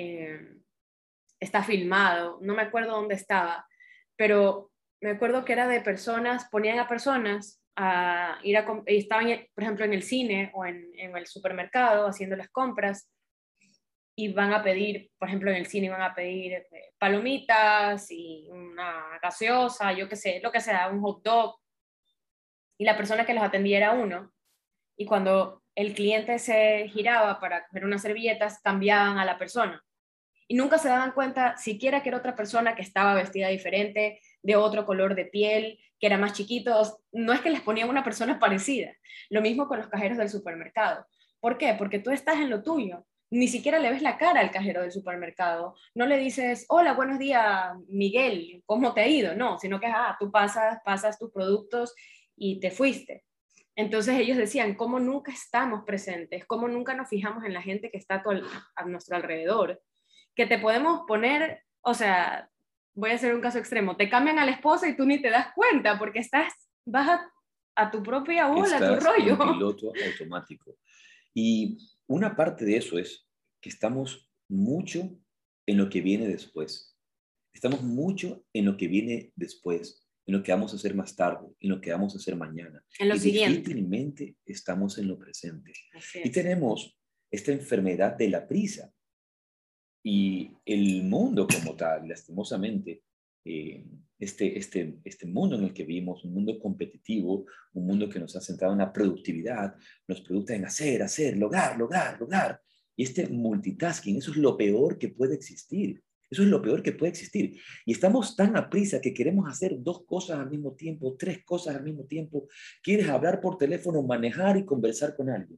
está filmado, no me acuerdo dónde estaba, pero me acuerdo que era de personas, ponían a personas a ir y estaban, por ejemplo, en el cine o en el supermercado haciendo las compras y van a pedir, por ejemplo, en el cine van a pedir palomitas y una gaseosa, yo qué sé, lo que sea, un hot dog, y la persona que los atendía era uno, y cuando el cliente se giraba para coger unas servilletas, cambiaban a la persona. Y nunca se daban cuenta siquiera que era otra persona que estaba vestida diferente, de otro color de piel, que era más chiquito. No es que les ponían una persona parecida. Lo mismo con los cajeros del supermercado. ¿Por qué? Porque tú estás en lo tuyo. Ni siquiera le ves la cara al cajero del supermercado. No le dices, hola, buenos días, Miguel, ¿cómo te ha ido? No, sino que tú pasas tus productos y te fuiste. Entonces ellos decían, ¿cómo nunca estamos presentes? ¿Cómo nunca nos fijamos en la gente que está a nuestro alrededor? Que te podemos poner, o sea, voy a hacer un caso extremo, te cambian a la esposa y tú ni te das cuenta porque vas a tu propia bola, a tu rollo. En piloto automático. Y una parte de eso es que estamos mucho en lo que viene después. Estamos mucho en lo que viene después, en lo que vamos a hacer más tarde, en lo que vamos a hacer mañana. En lo siguiente. Difícilmente estamos en lo presente. Y tenemos esta enfermedad de la prisa. Y el mundo como tal, lastimosamente, este mundo en el que vivimos, un mundo competitivo, un mundo que nos ha centrado en la productividad, nos pregunta en hacer, lograr. Y este multitasking, eso es lo peor que puede existir. Eso es lo peor que puede existir. Y estamos tan a prisa que queremos hacer 2 cosas al mismo tiempo, 3 cosas al mismo tiempo. Quieres hablar por teléfono, manejar y conversar con alguien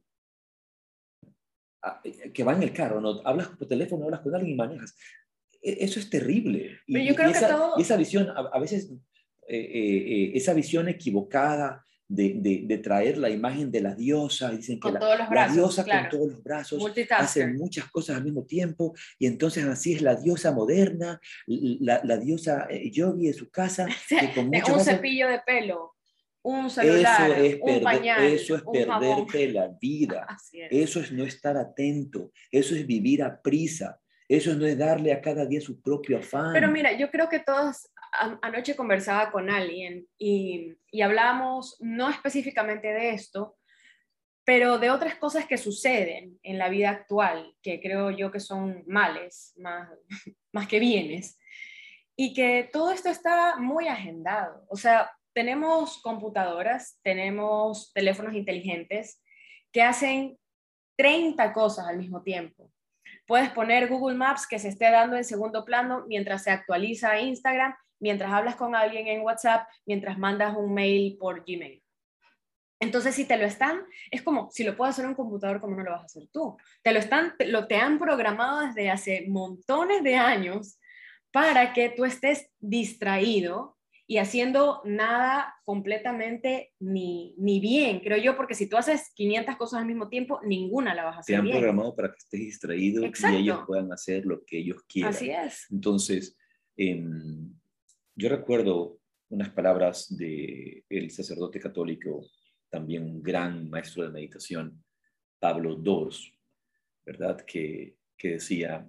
que va en el carro, ¿no? Hablas por teléfono, hablas con alguien y manejas. Eso es terrible. Pero yo creo y esa visión, a veces, esa visión equivocada de traer la imagen de la diosa, y dicen que la diosa claro, con todos los brazos hace muchas cosas al mismo tiempo, y entonces así es la diosa moderna, la diosa yogi de su casa. Que con un cepillo de pelo. Un celular, un pañal, eso es perderte la vida. Eso es no estar atento. Eso es vivir a prisa. Eso no es darle a cada día su propio afán. Pero mira, yo creo que todos, anoche conversaba con alguien y hablamos no específicamente de esto, pero de otras cosas que suceden en la vida actual, que creo yo que son males, más que bienes, y que todo esto está muy agendado. O sea, tenemos computadoras, tenemos teléfonos inteligentes que hacen 30 cosas al mismo tiempo. Puedes poner Google Maps que se esté dando en segundo plano mientras se actualiza Instagram, mientras hablas con alguien en WhatsApp, mientras mandas un mail por Gmail. Entonces, si te lo están, es como, si lo puede hacer un computador, ¿cómo no lo vas a hacer tú? Te han programado desde hace montones de años para que tú estés distraído y haciendo nada completamente ni bien, creo yo, porque si tú haces 500 cosas al mismo tiempo, ninguna la vas a Te hacer han bien. programado para que estés distraído y ellos Exacto, puedan hacer lo que ellos quieran. así es. Entonces, yo recuerdo unas palabras del sacerdote católico, también un gran maestro de meditación, Pablo Dors, ¿verdad? Que decía,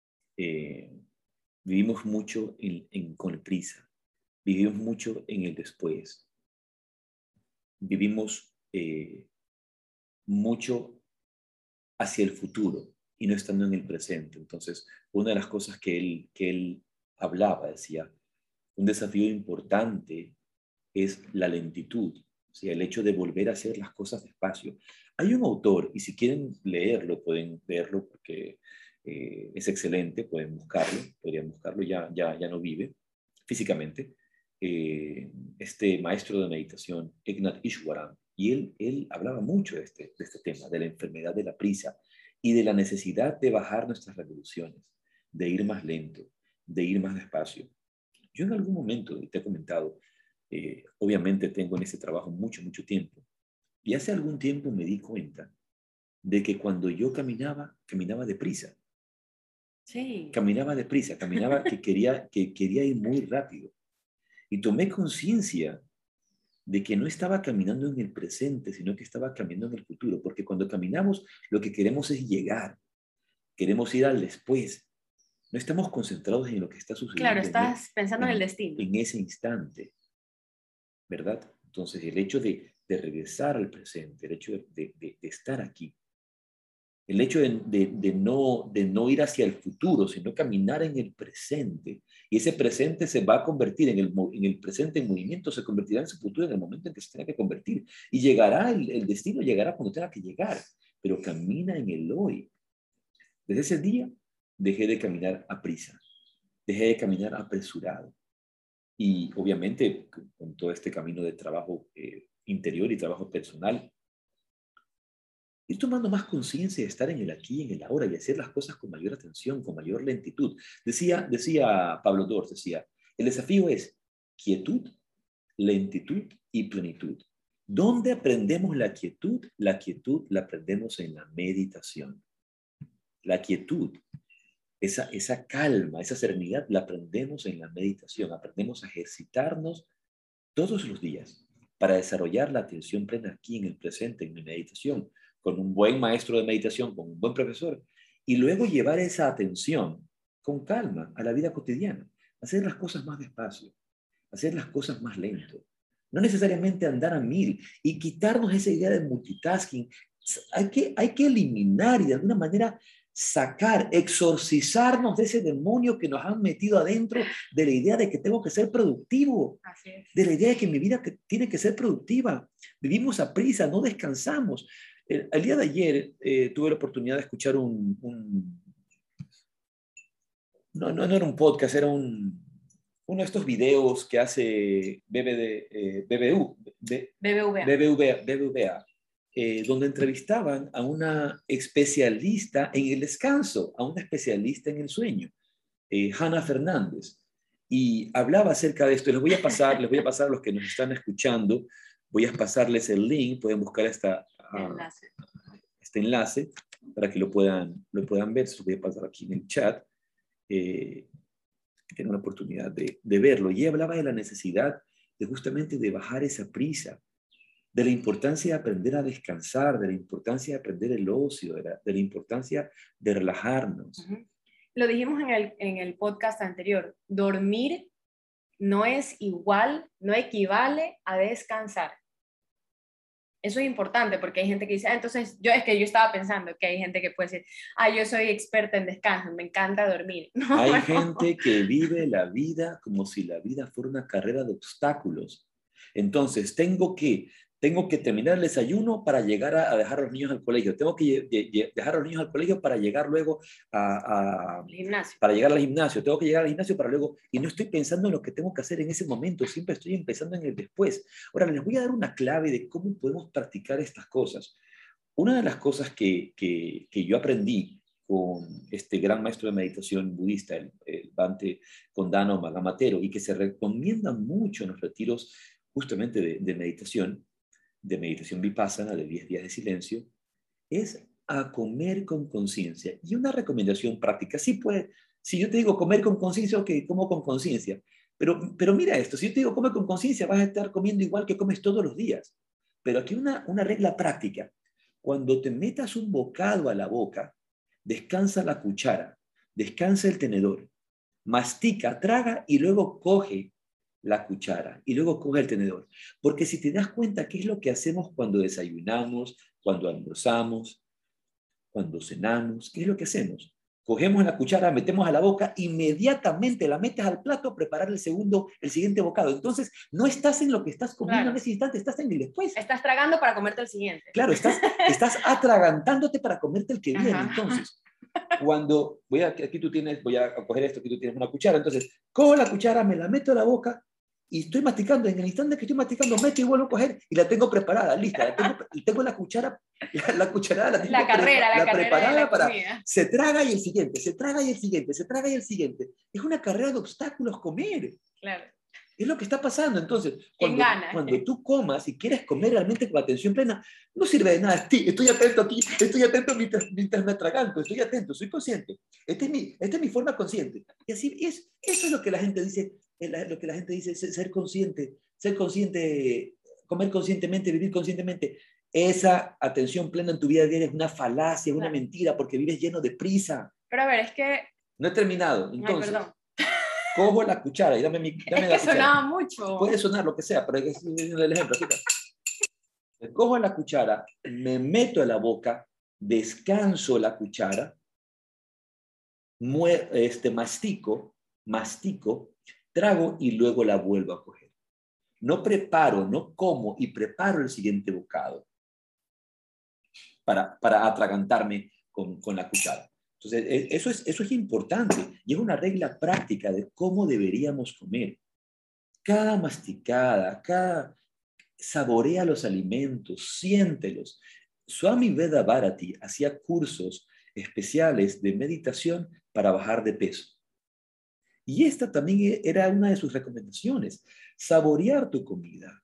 vivimos mucho con prisa, vivimos mucho en el después, vivimos mucho hacia el futuro y no estando en el presente. Entonces, una de las cosas que él hablaba, decía, un desafío importante es la lentitud, o sea, el hecho de volver a hacer las cosas despacio. Hay un autor, y si quieren leerlo, pueden leerlo porque es excelente, podrían buscarlo, ya no vive físicamente, este maestro de meditación, Ignat Ishwaran, y él hablaba mucho de este tema, de la enfermedad de la prisa y de la necesidad de bajar nuestras revoluciones, de ir más lento, de ir más despacio. Yo en algún momento, y te he comentado, obviamente tengo en ese trabajo mucho tiempo, y hace algún tiempo me di cuenta de que cuando yo caminaba deprisa. Sí. Caminaba deprisa, caminaba que quería ir muy rápido. Y tomé conciencia de que no estaba caminando en el presente, sino que estaba caminando en el futuro, porque cuando caminamos lo que queremos es llegar, queremos ir al después, no estamos concentrados en lo que está Claro, sucediendo estás pensando en el destino. en ese instante, ¿verdad? Entonces el hecho de regresar al presente, el hecho de estar aquí, el hecho de no ir hacia el futuro, sino caminar en el presente. Y ese presente se va a convertir en el presente en movimiento, se convertirá en su futuro en el momento en que se tenga que convertir. Y llegará, el destino llegará cuando tenga que llegar, pero camina en el hoy. Desde ese día dejé de caminar a prisa, dejé de caminar apresurado. Y obviamente con todo este camino de trabajo interior y trabajo personal, ir tomando más conciencia de estar en el aquí y en el ahora y hacer las cosas con mayor atención, con mayor lentitud. Decía Pablo Dors, decía, el desafío es quietud, lentitud y plenitud. ¿Dónde aprendemos la quietud? La quietud la aprendemos en la meditación. La quietud, esa calma, esa serenidad, la aprendemos en la meditación. Aprendemos a ejercitarnos todos los días para desarrollar la atención plena aquí en el presente, en mi meditación, con un buen maestro de meditación, con un buen profesor, y luego llevar esa atención con calma a la vida cotidiana, hacer las cosas más despacio, hacer las cosas más lento, no necesariamente andar a mil y quitarnos esa idea de multitasking. Hay que eliminar y de alguna manera sacar, exorcizarnos de ese demonio que nos han metido adentro de la idea de que tengo que ser productivo, Así es. de la idea de que mi vida tiene que ser productiva. Vivimos a prisa, no descansamos. El día de ayer tuve la oportunidad de escuchar no era un podcast, era uno de estos videos que hace BBVA. BBVA, donde entrevistaban a una especialista en el descanso, a una especialista en el sueño, Hannah Fernández, y hablaba acerca de esto. Les voy a pasar a los que nos están escuchando, voy a pasarles el link, pueden buscar este enlace para que lo puedan ver, se lo voy a pasar aquí en el chat, que tengan la oportunidad de verlo. Y hablaba de la necesidad de justamente de bajar esa prisa, de la importancia de aprender a descansar, de la importancia de aprender el ocio, de la importancia de relajarnos. Lo dijimos en el podcast anterior, dormir no es igual, no equivale a descansar. Eso es importante porque hay gente que dice, entonces yo estaba pensando que hay gente que puede decir, yo soy experta en descanso, me encanta dormir. No, Hay no. gente que vive la vida como si la vida fuera una carrera de obstáculos. Entonces, tengo que terminar el desayuno para llegar a dejar a los niños al colegio. Tengo que dejar a los niños al colegio para llegar luego El gimnasio. para llegar al gimnasio. Tengo que llegar al gimnasio para luego, y no estoy pensando en lo que tengo que hacer en ese momento, siempre estoy empezando en el después. Ahora, les voy a dar una clave de cómo podemos practicar estas cosas. Una de las cosas que yo aprendí con este gran maestro de meditación budista, el Bhante Condano Magamatero, y que se recomienda mucho en los retiros justamente de meditación vipassana, de 10 días de silencio, es a comer con conciencia. Y una recomendación práctica, sí puede, si yo te digo comer con conciencia, ok, como con conciencia, pero mira esto, si yo te digo come con conciencia, vas a estar comiendo igual que comes todos los días. Pero aquí una regla práctica. Cuando te metas un bocado a la boca, descansa la cuchara, descansa el tenedor, mastica, traga y luego coge la cuchara y luego coge el tenedor. Porque si te das cuenta qué es lo que hacemos cuando desayunamos, cuando almorzamos, cuando cenamos, ¿qué es lo que hacemos? Cogemos la cuchara, metemos a la boca, inmediatamente la metes al plato a preparar el siguiente bocado. Entonces, no estás en lo que estás comiendo en ese instante, estás en el después. Estás tragando para comerte el siguiente. Claro, estás atragantándote para comerte el que viene. Entonces, cuando aquí tú tienes, voy a coger esto, aquí tú tienes una cuchara, entonces cojo la cuchara, me la meto a la boca y estoy masticando. En el instante que estoy masticando, meto y vuelvo a coger y la tengo preparada, lista. Tengo la cuchara, la cucharada, la tengo la preparada para se traga y el siguiente, se traga y el siguiente, se traga y el siguiente. Es una carrera de obstáculos comer. Claro. Es lo que está pasando. Entonces, cuando tú comas y quieres comer realmente con atención plena, no sirve de nada. Estoy atento aquí, estoy atento mientras me atraganto, estoy atento, soy consciente. Esta es mi forma consciente. Y así es, eso es lo que la gente dice, lo que la gente dice, ser consciente, comer conscientemente, vivir conscientemente. Esa atención plena en tu vida diaria es una falacia, es una mentira, porque vives lleno de prisa. Pero a ver, es que... No he terminado, entonces... Ay, perdón. Cojo la cuchara y dame la cuchara. Sonaba mucho. Puede sonar lo que sea, pero es el ejemplo. Cojo la cuchara, me meto a la boca, descanso la cuchara, mastico, trago y luego la vuelvo a coger. No preparo, no como y preparo el siguiente bocado para atragantarme con la cuchara. Entonces, eso es importante y es una regla práctica de cómo deberíamos comer. Cada masticada, saborea los alimentos, siéntelos. Swami Veda Bharati hacía cursos especiales de meditación para bajar de peso. Y esta también era una de sus recomendaciones, saborear tu comida,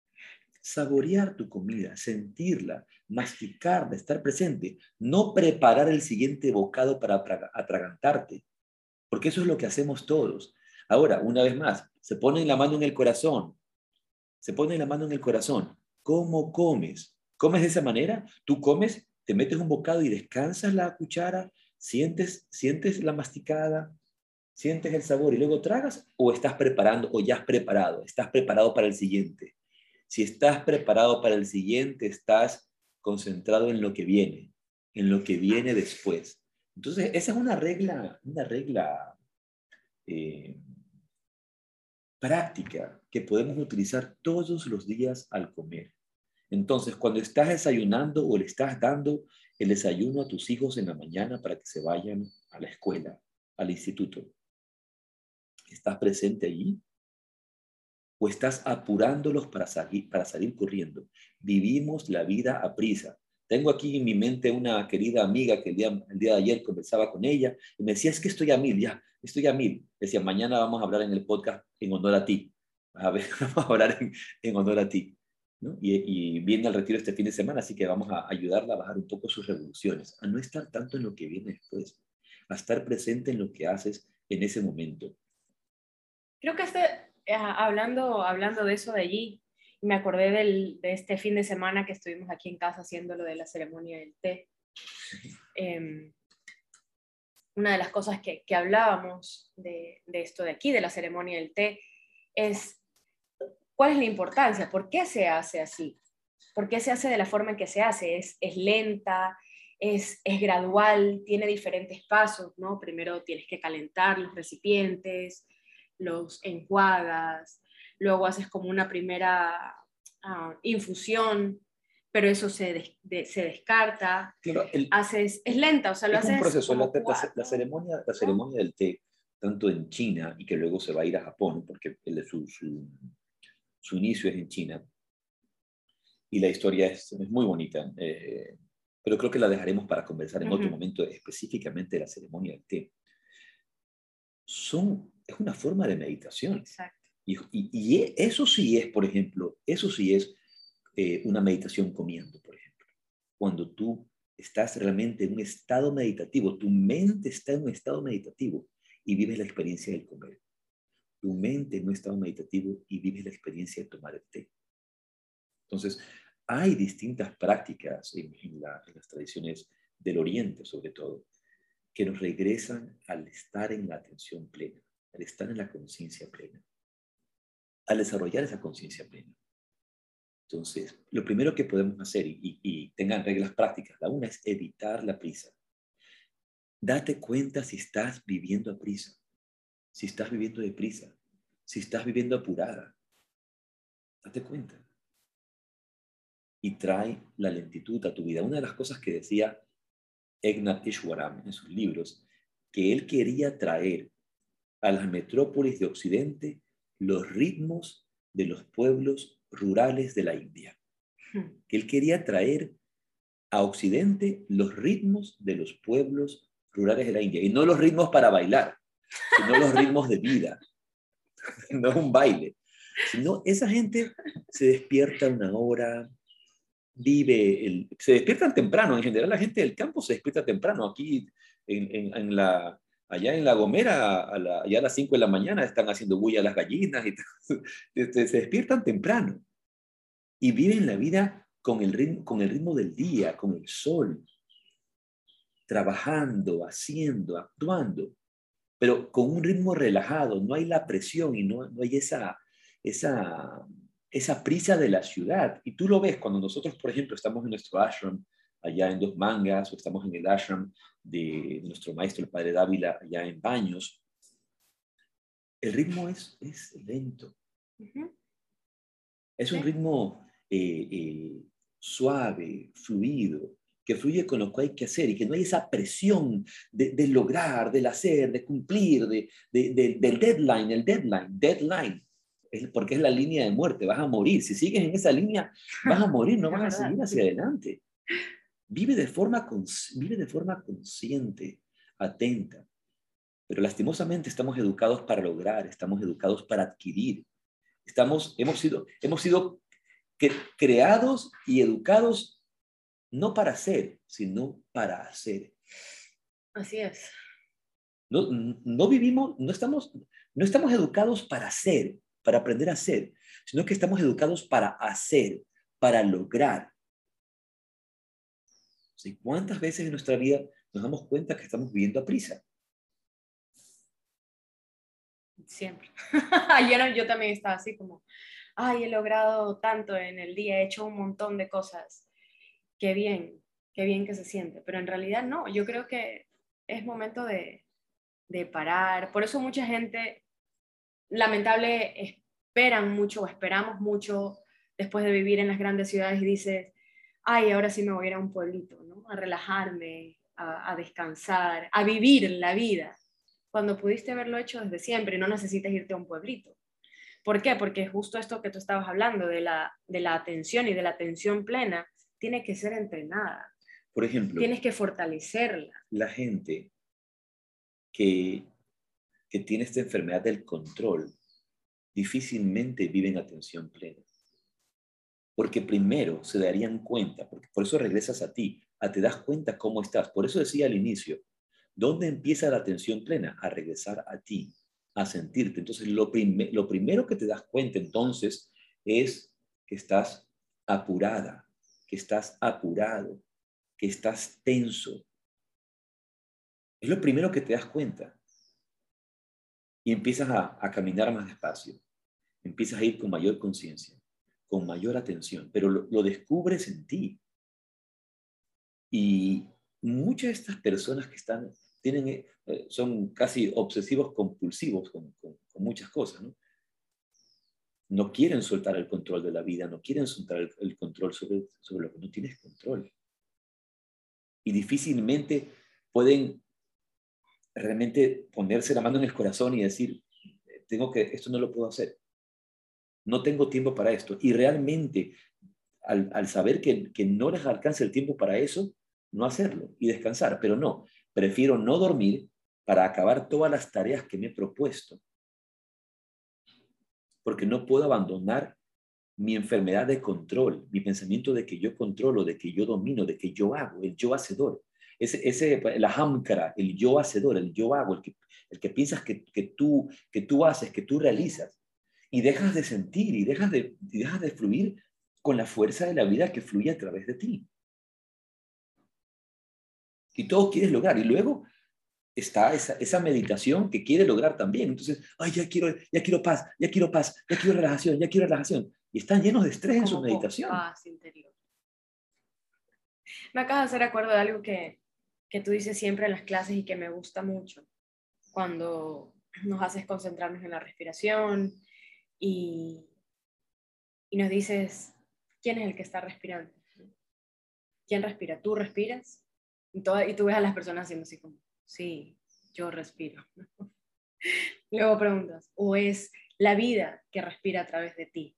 sentirla, masticarla, estar presente, no preparar el siguiente bocado para atragantarte, porque eso es lo que hacemos todos. Ahora, una vez más, se ponen la mano en el corazón, ¿Cómo comes? ¿Comes de esa manera? Tú comes, te metes un bocado y descansas la cuchara, sientes la masticada, sientes el sabor y luego tragas, o estás preparando, o ya has preparado, estás preparado para el siguiente. Si estás preparado para el siguiente, estás concentrado en lo que viene después. Entonces, esa es una regla práctica que podemos utilizar todos los días al comer. Entonces, cuando estás desayunando o le estás dando el desayuno a tus hijos en la mañana para que se vayan a la escuela, al instituto, ¿estás presente allí? ¿O estás apurándolos para salir corriendo? Vivimos la vida a prisa. Tengo aquí en mi mente una querida amiga que el día de ayer conversaba con ella y me decía, es que estoy a mil, ya, estoy a mil. Decía, mañana vamos a hablar en el podcast en honor a ti. A ver, vamos a hablar en honor a ti, ¿no? Y viene el retiro este fin de semana, así que vamos a ayudarla a bajar un poco sus revoluciones, a no estar tanto en lo que viene después, a estar presente en lo que haces en ese momento. Creo que hablando de eso de allí, me acordé de este fin de semana que estuvimos aquí en casa haciendo lo de la ceremonia del té. Una de las cosas que hablábamos de esto de aquí, de la ceremonia del té, es cuál es la importancia, por qué se hace así. ¿Por qué se hace de la forma en que se hace? Es lenta, es gradual, tiene diferentes pasos, ¿no? Primero tienes que calentar los recipientes, los enjuagas, luego haces como una primera infusión, pero eso se descarta. Claro, Es lenta, o sea, lo es un haces proceso. como La ceremonia del té, tanto en China y que luego se va a ir a Japón, porque su inicio es en China, y la historia es muy bonita, pero creo que la dejaremos para conversar en otro momento específicamente de la ceremonia del té. Es una forma de meditación. Exacto. Y eso sí es, por ejemplo, eso sí es una meditación comiendo, por ejemplo. Cuando tú estás realmente en un estado meditativo, tu mente está en un estado meditativo y vives la experiencia del comer. Tu mente en un estado meditativo y vives la experiencia de tomar el té. Entonces, hay distintas prácticas en las tradiciones del Oriente, sobre todo, que nos regresan al estar en la atención plena, al estar en la conciencia plena, al desarrollar esa conciencia plena. Entonces, lo primero que podemos hacer, y tengan reglas prácticas, la una es evitar la prisa. Date cuenta si estás viviendo a prisa, si estás viviendo deprisa, si estás viviendo apurada. Date cuenta. Y trae la lentitud a tu vida. Una de las cosas que decía Eknath Easwaran en sus libros, que él quería traer a las metrópolis de Occidente los ritmos de los pueblos rurales de la India. Que él quería traer a Occidente los ritmos de los pueblos rurales de la India. Y no los ritmos para bailar, sino los ritmos de vida. No es un baile. Sino esa gente se despierta una hora, se despiertan temprano. En general la gente del campo se despierta temprano. Aquí allá en La Gomera, ya a las 5 de la mañana están haciendo bulla las gallinas y se despiertan temprano y viven la vida con el ritmo del día, con el sol, trabajando, haciendo, actuando, pero con un ritmo relajado. No hay la presión y no hay esa prisa de la ciudad. Y tú lo ves cuando nosotros, por ejemplo, estamos en nuestro ashram allá en Dos Mangas, o estamos en el ashram de nuestro maestro, el padre Dávila, allá en Baños. El ritmo es lento. Es un ritmo suave, fluido, que fluye con lo que hay que hacer y que no hay esa presión de lograr, del hacer, de cumplir, del deadline, deadline, porque es la línea de muerte, vas a morir. Si sigues en esa línea, vas a morir, no vas a seguir hacia adelante. Vive de forma consciente, atenta. Pero lastimosamente estamos educados para lograr, estamos educados para adquirir. Hemos sido creados y educados no para ser, sino para hacer. Así es. No vivimos, no estamos educados para ser, para aprender a ser, sino que estamos educados para hacer, para lograr. ¿Sí? ¿Cuántas veces en nuestra vida nos damos cuenta que estamos viviendo a prisa? Siempre. Ayer yo también estaba así como, ay, he logrado tanto en el día, he hecho un montón de cosas. Qué bien que se siente. Pero en realidad no, yo creo que es momento de parar. Por eso mucha gente, lamentable, esperan mucho o esperamos mucho después de vivir en las grandes ciudades y dices, ay, ahora sí me voy a ir a un pueblito, ¿no? A relajarme, a descansar, a vivir la vida. Cuando pudiste haberlo hecho desde siempre y no necesitas irte a un pueblito. ¿Por qué? Porque justo esto que tú estabas hablando de la atención y de la atención plena tiene que ser entrenada. Por ejemplo, tienes que fortalecerla. La gente que tiene esta enfermedad del control difícilmente vive en atención plena. Porque primero se darían cuenta, porque por eso regresas a ti, te das cuenta cómo estás. Por eso decía al inicio, ¿dónde empieza la atención plena? A regresar a ti, a sentirte. Entonces, lo primero que te das cuenta entonces es que estás apurada, que estás apurado, que estás tenso. Es lo primero que te das cuenta. Y empiezas a caminar más despacio. Empiezas a ir con mayor conciencia, con mayor atención, pero lo descubres en ti. Y muchas de estas personas que son casi obsesivos compulsivos con muchas cosas, ¿no? No quieren soltar el control de la vida, no quieren soltar el control sobre lo que no tienes control. Y difícilmente pueden realmente ponerse la mano en el corazón y decir, esto no lo puedo hacer. No tengo tiempo para esto. Y realmente, al saber que no les alcanza el tiempo para eso, no hacerlo y descansar. Pero no, prefiero no dormir para acabar todas las tareas que me he propuesto. Porque no puedo abandonar mi enfermedad de control, mi pensamiento de que yo controlo, de que yo domino, de que yo hago, el yo hacedor. La hamkara, el yo hacedor, el yo hago, el que piensas que tú haces, que tú realizas. Y dejas de sentir y dejas de fluir con la fuerza de la vida que fluye a través de ti. Y todo quieres lograr. Y luego está esa meditación que quiere lograr también. Entonces, ay, ya quiero paz, ya quiero paz, ya quiero relajación, ya quiero relajación. Y están llenos de estrés en su meditación. Paz interior. Me acabas de hacer acuerdo de algo que tú dices siempre en las clases y que me gusta mucho. Cuando nos haces concentrarnos en la respiración y nos dices, ¿quién es el que está respirando? ¿Quién respira? ¿Tú respiras? Y tú ves a las personas haciendo así como, sí, yo respiro. Luego preguntas, ¿o es la vida que respira a través de ti?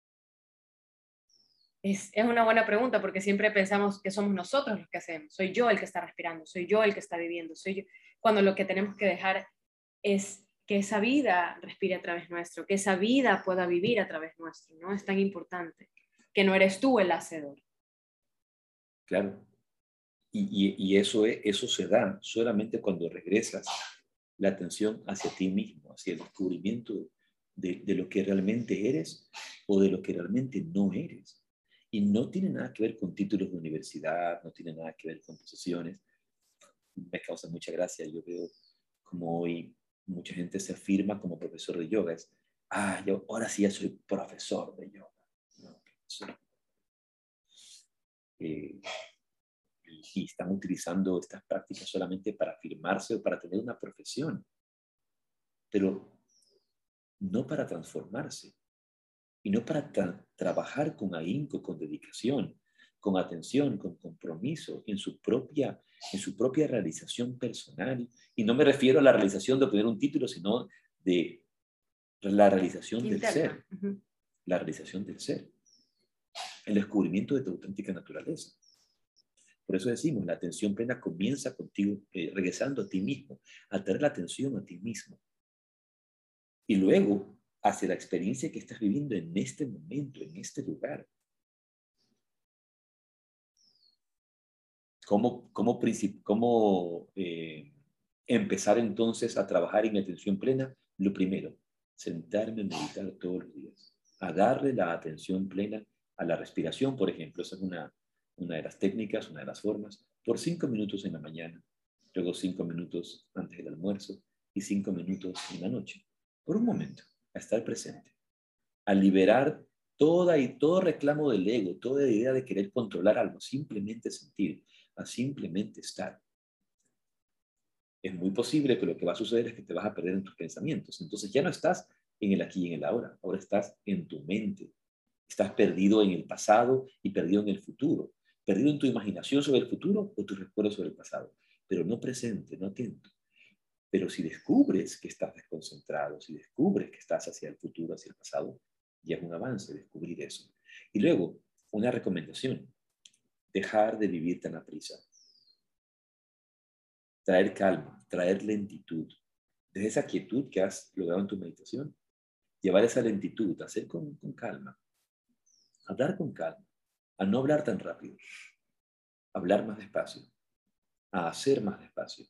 Es una buena pregunta porque siempre pensamos que somos nosotros los que hacemos. Soy yo el que está respirando, soy yo el que está viviendo, soy yo. Cuando lo que tenemos que dejar es que esa vida respire a través nuestro, que esa vida pueda vivir a través nuestro, ¿no? Es tan importante que no eres tú el hacedor. Claro. Y eso se da solamente cuando regresas la atención hacia ti mismo, hacia el descubrimiento de lo que realmente eres o de lo que realmente no eres. Y no tiene nada que ver con títulos de universidad, no tiene nada que ver con posesiones. Me causa mucha gracia. Yo veo como hoy mucha gente se afirma como profesor de yoga. Yo ahora sí ya soy profesor de yoga. No, y están utilizando estas prácticas solamente para afirmarse o para tener una profesión, pero no para transformarse y no para trabajar con ahínco, con dedicación, con atención, con compromiso en su propia realización personal. Y no me refiero a la realización de obtener un título, sino de la realización del ser, la realización del ser, el descubrimiento de tu auténtica naturaleza. Por eso decimos, la atención plena comienza contigo, regresando a ti mismo, a traer la atención a ti mismo. Y luego, hacia la experiencia que estás viviendo en este momento, en este lugar. ¿Cómo empezar entonces a trabajar en mi atención plena? Lo primero, sentarme a meditar todos los días, a darle la atención plena a la respiración, por ejemplo. Esa es una de las técnicas, una de las formas, por 5 minutos en la mañana, luego 5 minutos antes del almuerzo y 5 minutos en la noche. Por un momento, a estar presente, a liberar todo reclamo del ego, toda idea de querer controlar algo, simplemente sentir, a simplemente estar. Es muy posible que lo que va a suceder es que te vas a perder en tus pensamientos. Entonces ya no estás en el aquí y en el ahora, ahora estás en tu mente. Estás perdido en el pasado y perdido en el futuro. Perdido en tu imaginación sobre el futuro o tus recuerdos sobre el pasado, pero no presente, no atento. Pero si descubres que estás desconcentrado, si descubres que estás hacia el futuro, hacia el pasado, ya es un avance descubrir eso. Y luego, una recomendación, dejar de vivir tan aprisa. Traer calma, traer lentitud. Desde esa quietud que has logrado en tu meditación, llevar esa lentitud, hacer con calma, hablar con calma, a no hablar tan rápido, hablar más despacio, a hacer más despacio.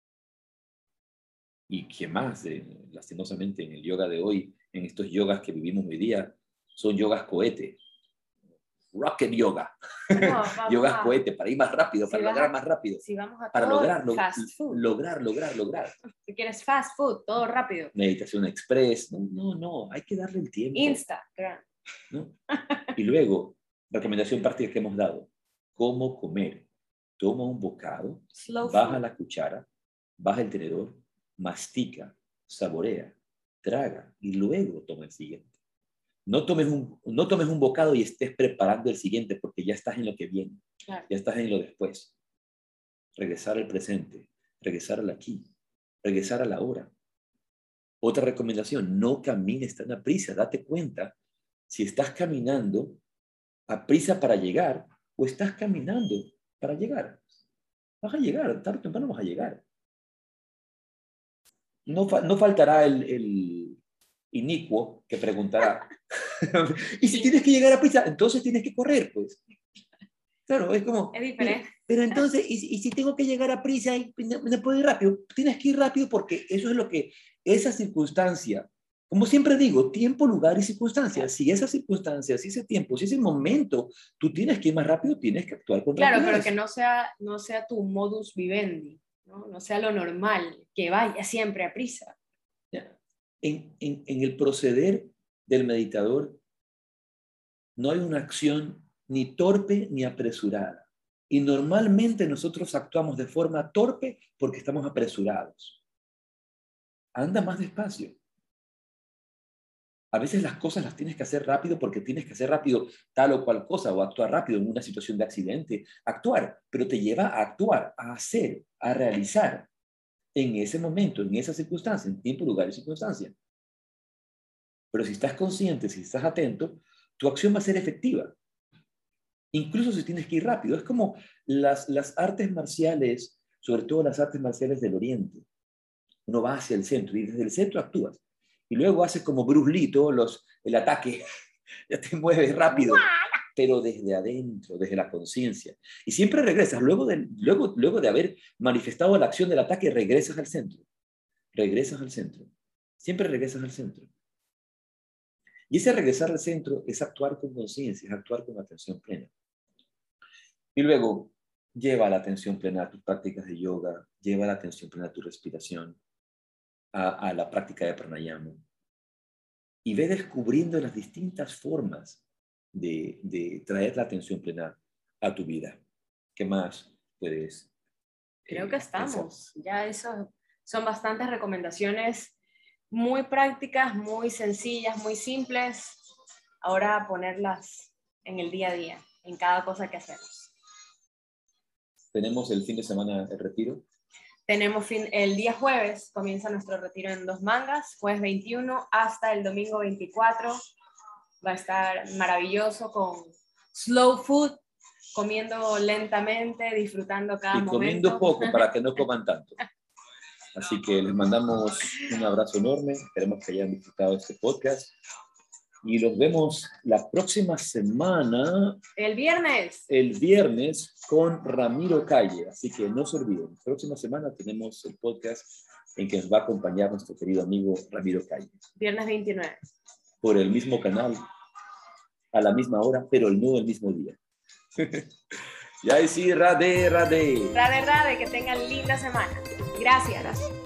Y que más, lastimosamente, en el yoga de hoy, en estos yogas que vivimos hoy día, son yogas cohete, rocket yoga, yogas cohete, para ir más rápido, para lograr más rápido, si vamos a para lograr, lograr. Si quieres fast food, todo rápido. Meditación express, no, hay que darle el tiempo. Instagram. ¿no? Y luego, recomendación práctica que hemos dado, cómo comer. Toma un bocado, baja la cuchara, baja el tenedor, mastica, saborea, traga y luego toma el siguiente. No tomes un bocado y estés preparando el siguiente porque ya estás en lo que viene, claro. Ya estás en lo después. Regresar al presente, regresar al aquí, regresar a la hora. Otra recomendación, no camines tan a prisa. Date cuenta si estás caminando a prisa para llegar o estás caminando para llegar. Vas a llegar, tarde o temprano vas a llegar. No faltará el inicuo que preguntará, y si tienes que llegar a prisa, entonces tienes que correr, pues. Claro, es como... Es diferente. Pero entonces, y si tengo que llegar a prisa y no puedo ir rápido, tienes que ir rápido porque eso es lo que, esa circunstancia, como siempre digo, tiempo, lugar y circunstancias. Si esa circunstancia, si ese tiempo, si ese momento, tú tienes que ir más rápido, tienes que actuar con rapidez. Claro, pero que no sea tu modus vivendi, no sea lo normal, que vaya siempre a prisa. En el proceder del meditador no hay una acción ni torpe ni apresurada. Y normalmente nosotros actuamos de forma torpe porque estamos apresurados. Anda más despacio. A veces las cosas las tienes que hacer rápido porque tienes que hacer rápido tal o cual cosa o actuar rápido en una situación de accidente. Actuar, pero te lleva a actuar, a hacer, a realizar en ese momento, en esa circunstancia, en tiempo, lugar y circunstancia. Pero si estás consciente, si estás atento, tu acción va a ser efectiva. Incluso si tienes que ir rápido. Es como las artes marciales, sobre todo las artes marciales del Oriente. Uno va hacia el centro y desde el centro actúas. Y luego haces como Bruce Lee, el ataque. Ya te mueves rápido, pero desde adentro, desde la conciencia. Y siempre regresas. Luego de haber manifestado la acción del ataque, regresas al centro. Regresas al centro. Siempre regresas al centro. Y ese regresar al centro es actuar con conciencia, es actuar con atención plena. Y luego, lleva la atención plena a tus prácticas de yoga, lleva la atención plena a tu respiración, a la práctica de pranayama. Y ve descubriendo las distintas formas de traer la atención plena a tu vida. ¿Qué más puedes? Creo que estamos. Pensar? Ya eso son bastantes recomendaciones muy prácticas, muy sencillas, muy simples. Ahora ponerlas en el día a día, en cada cosa que hacemos. ¿Tenemos el fin de semana el retiro? Tenemos el día jueves, comienza nuestro retiro en Dos Mangas, jueves 21 hasta el domingo 24. Va a estar maravilloso con slow food, comiendo lentamente, disfrutando cada momento. Y comiendo poco para que no coman tanto. Así que les mandamos un abrazo enorme, esperemos que hayan disfrutado este podcast. Y los vemos la próxima semana. El viernes. El viernes con Ramiro Calle. Así que no se olviden. La próxima semana tenemos el podcast en que nos va a acompañar nuestro querido amigo Ramiro Calle. Viernes 29. Por el mismo canal, a la misma hora, pero no el mismo día. Y ahí sí, Radhe, Radhe. Radhe, Radhe, que tengan linda semana. Gracias.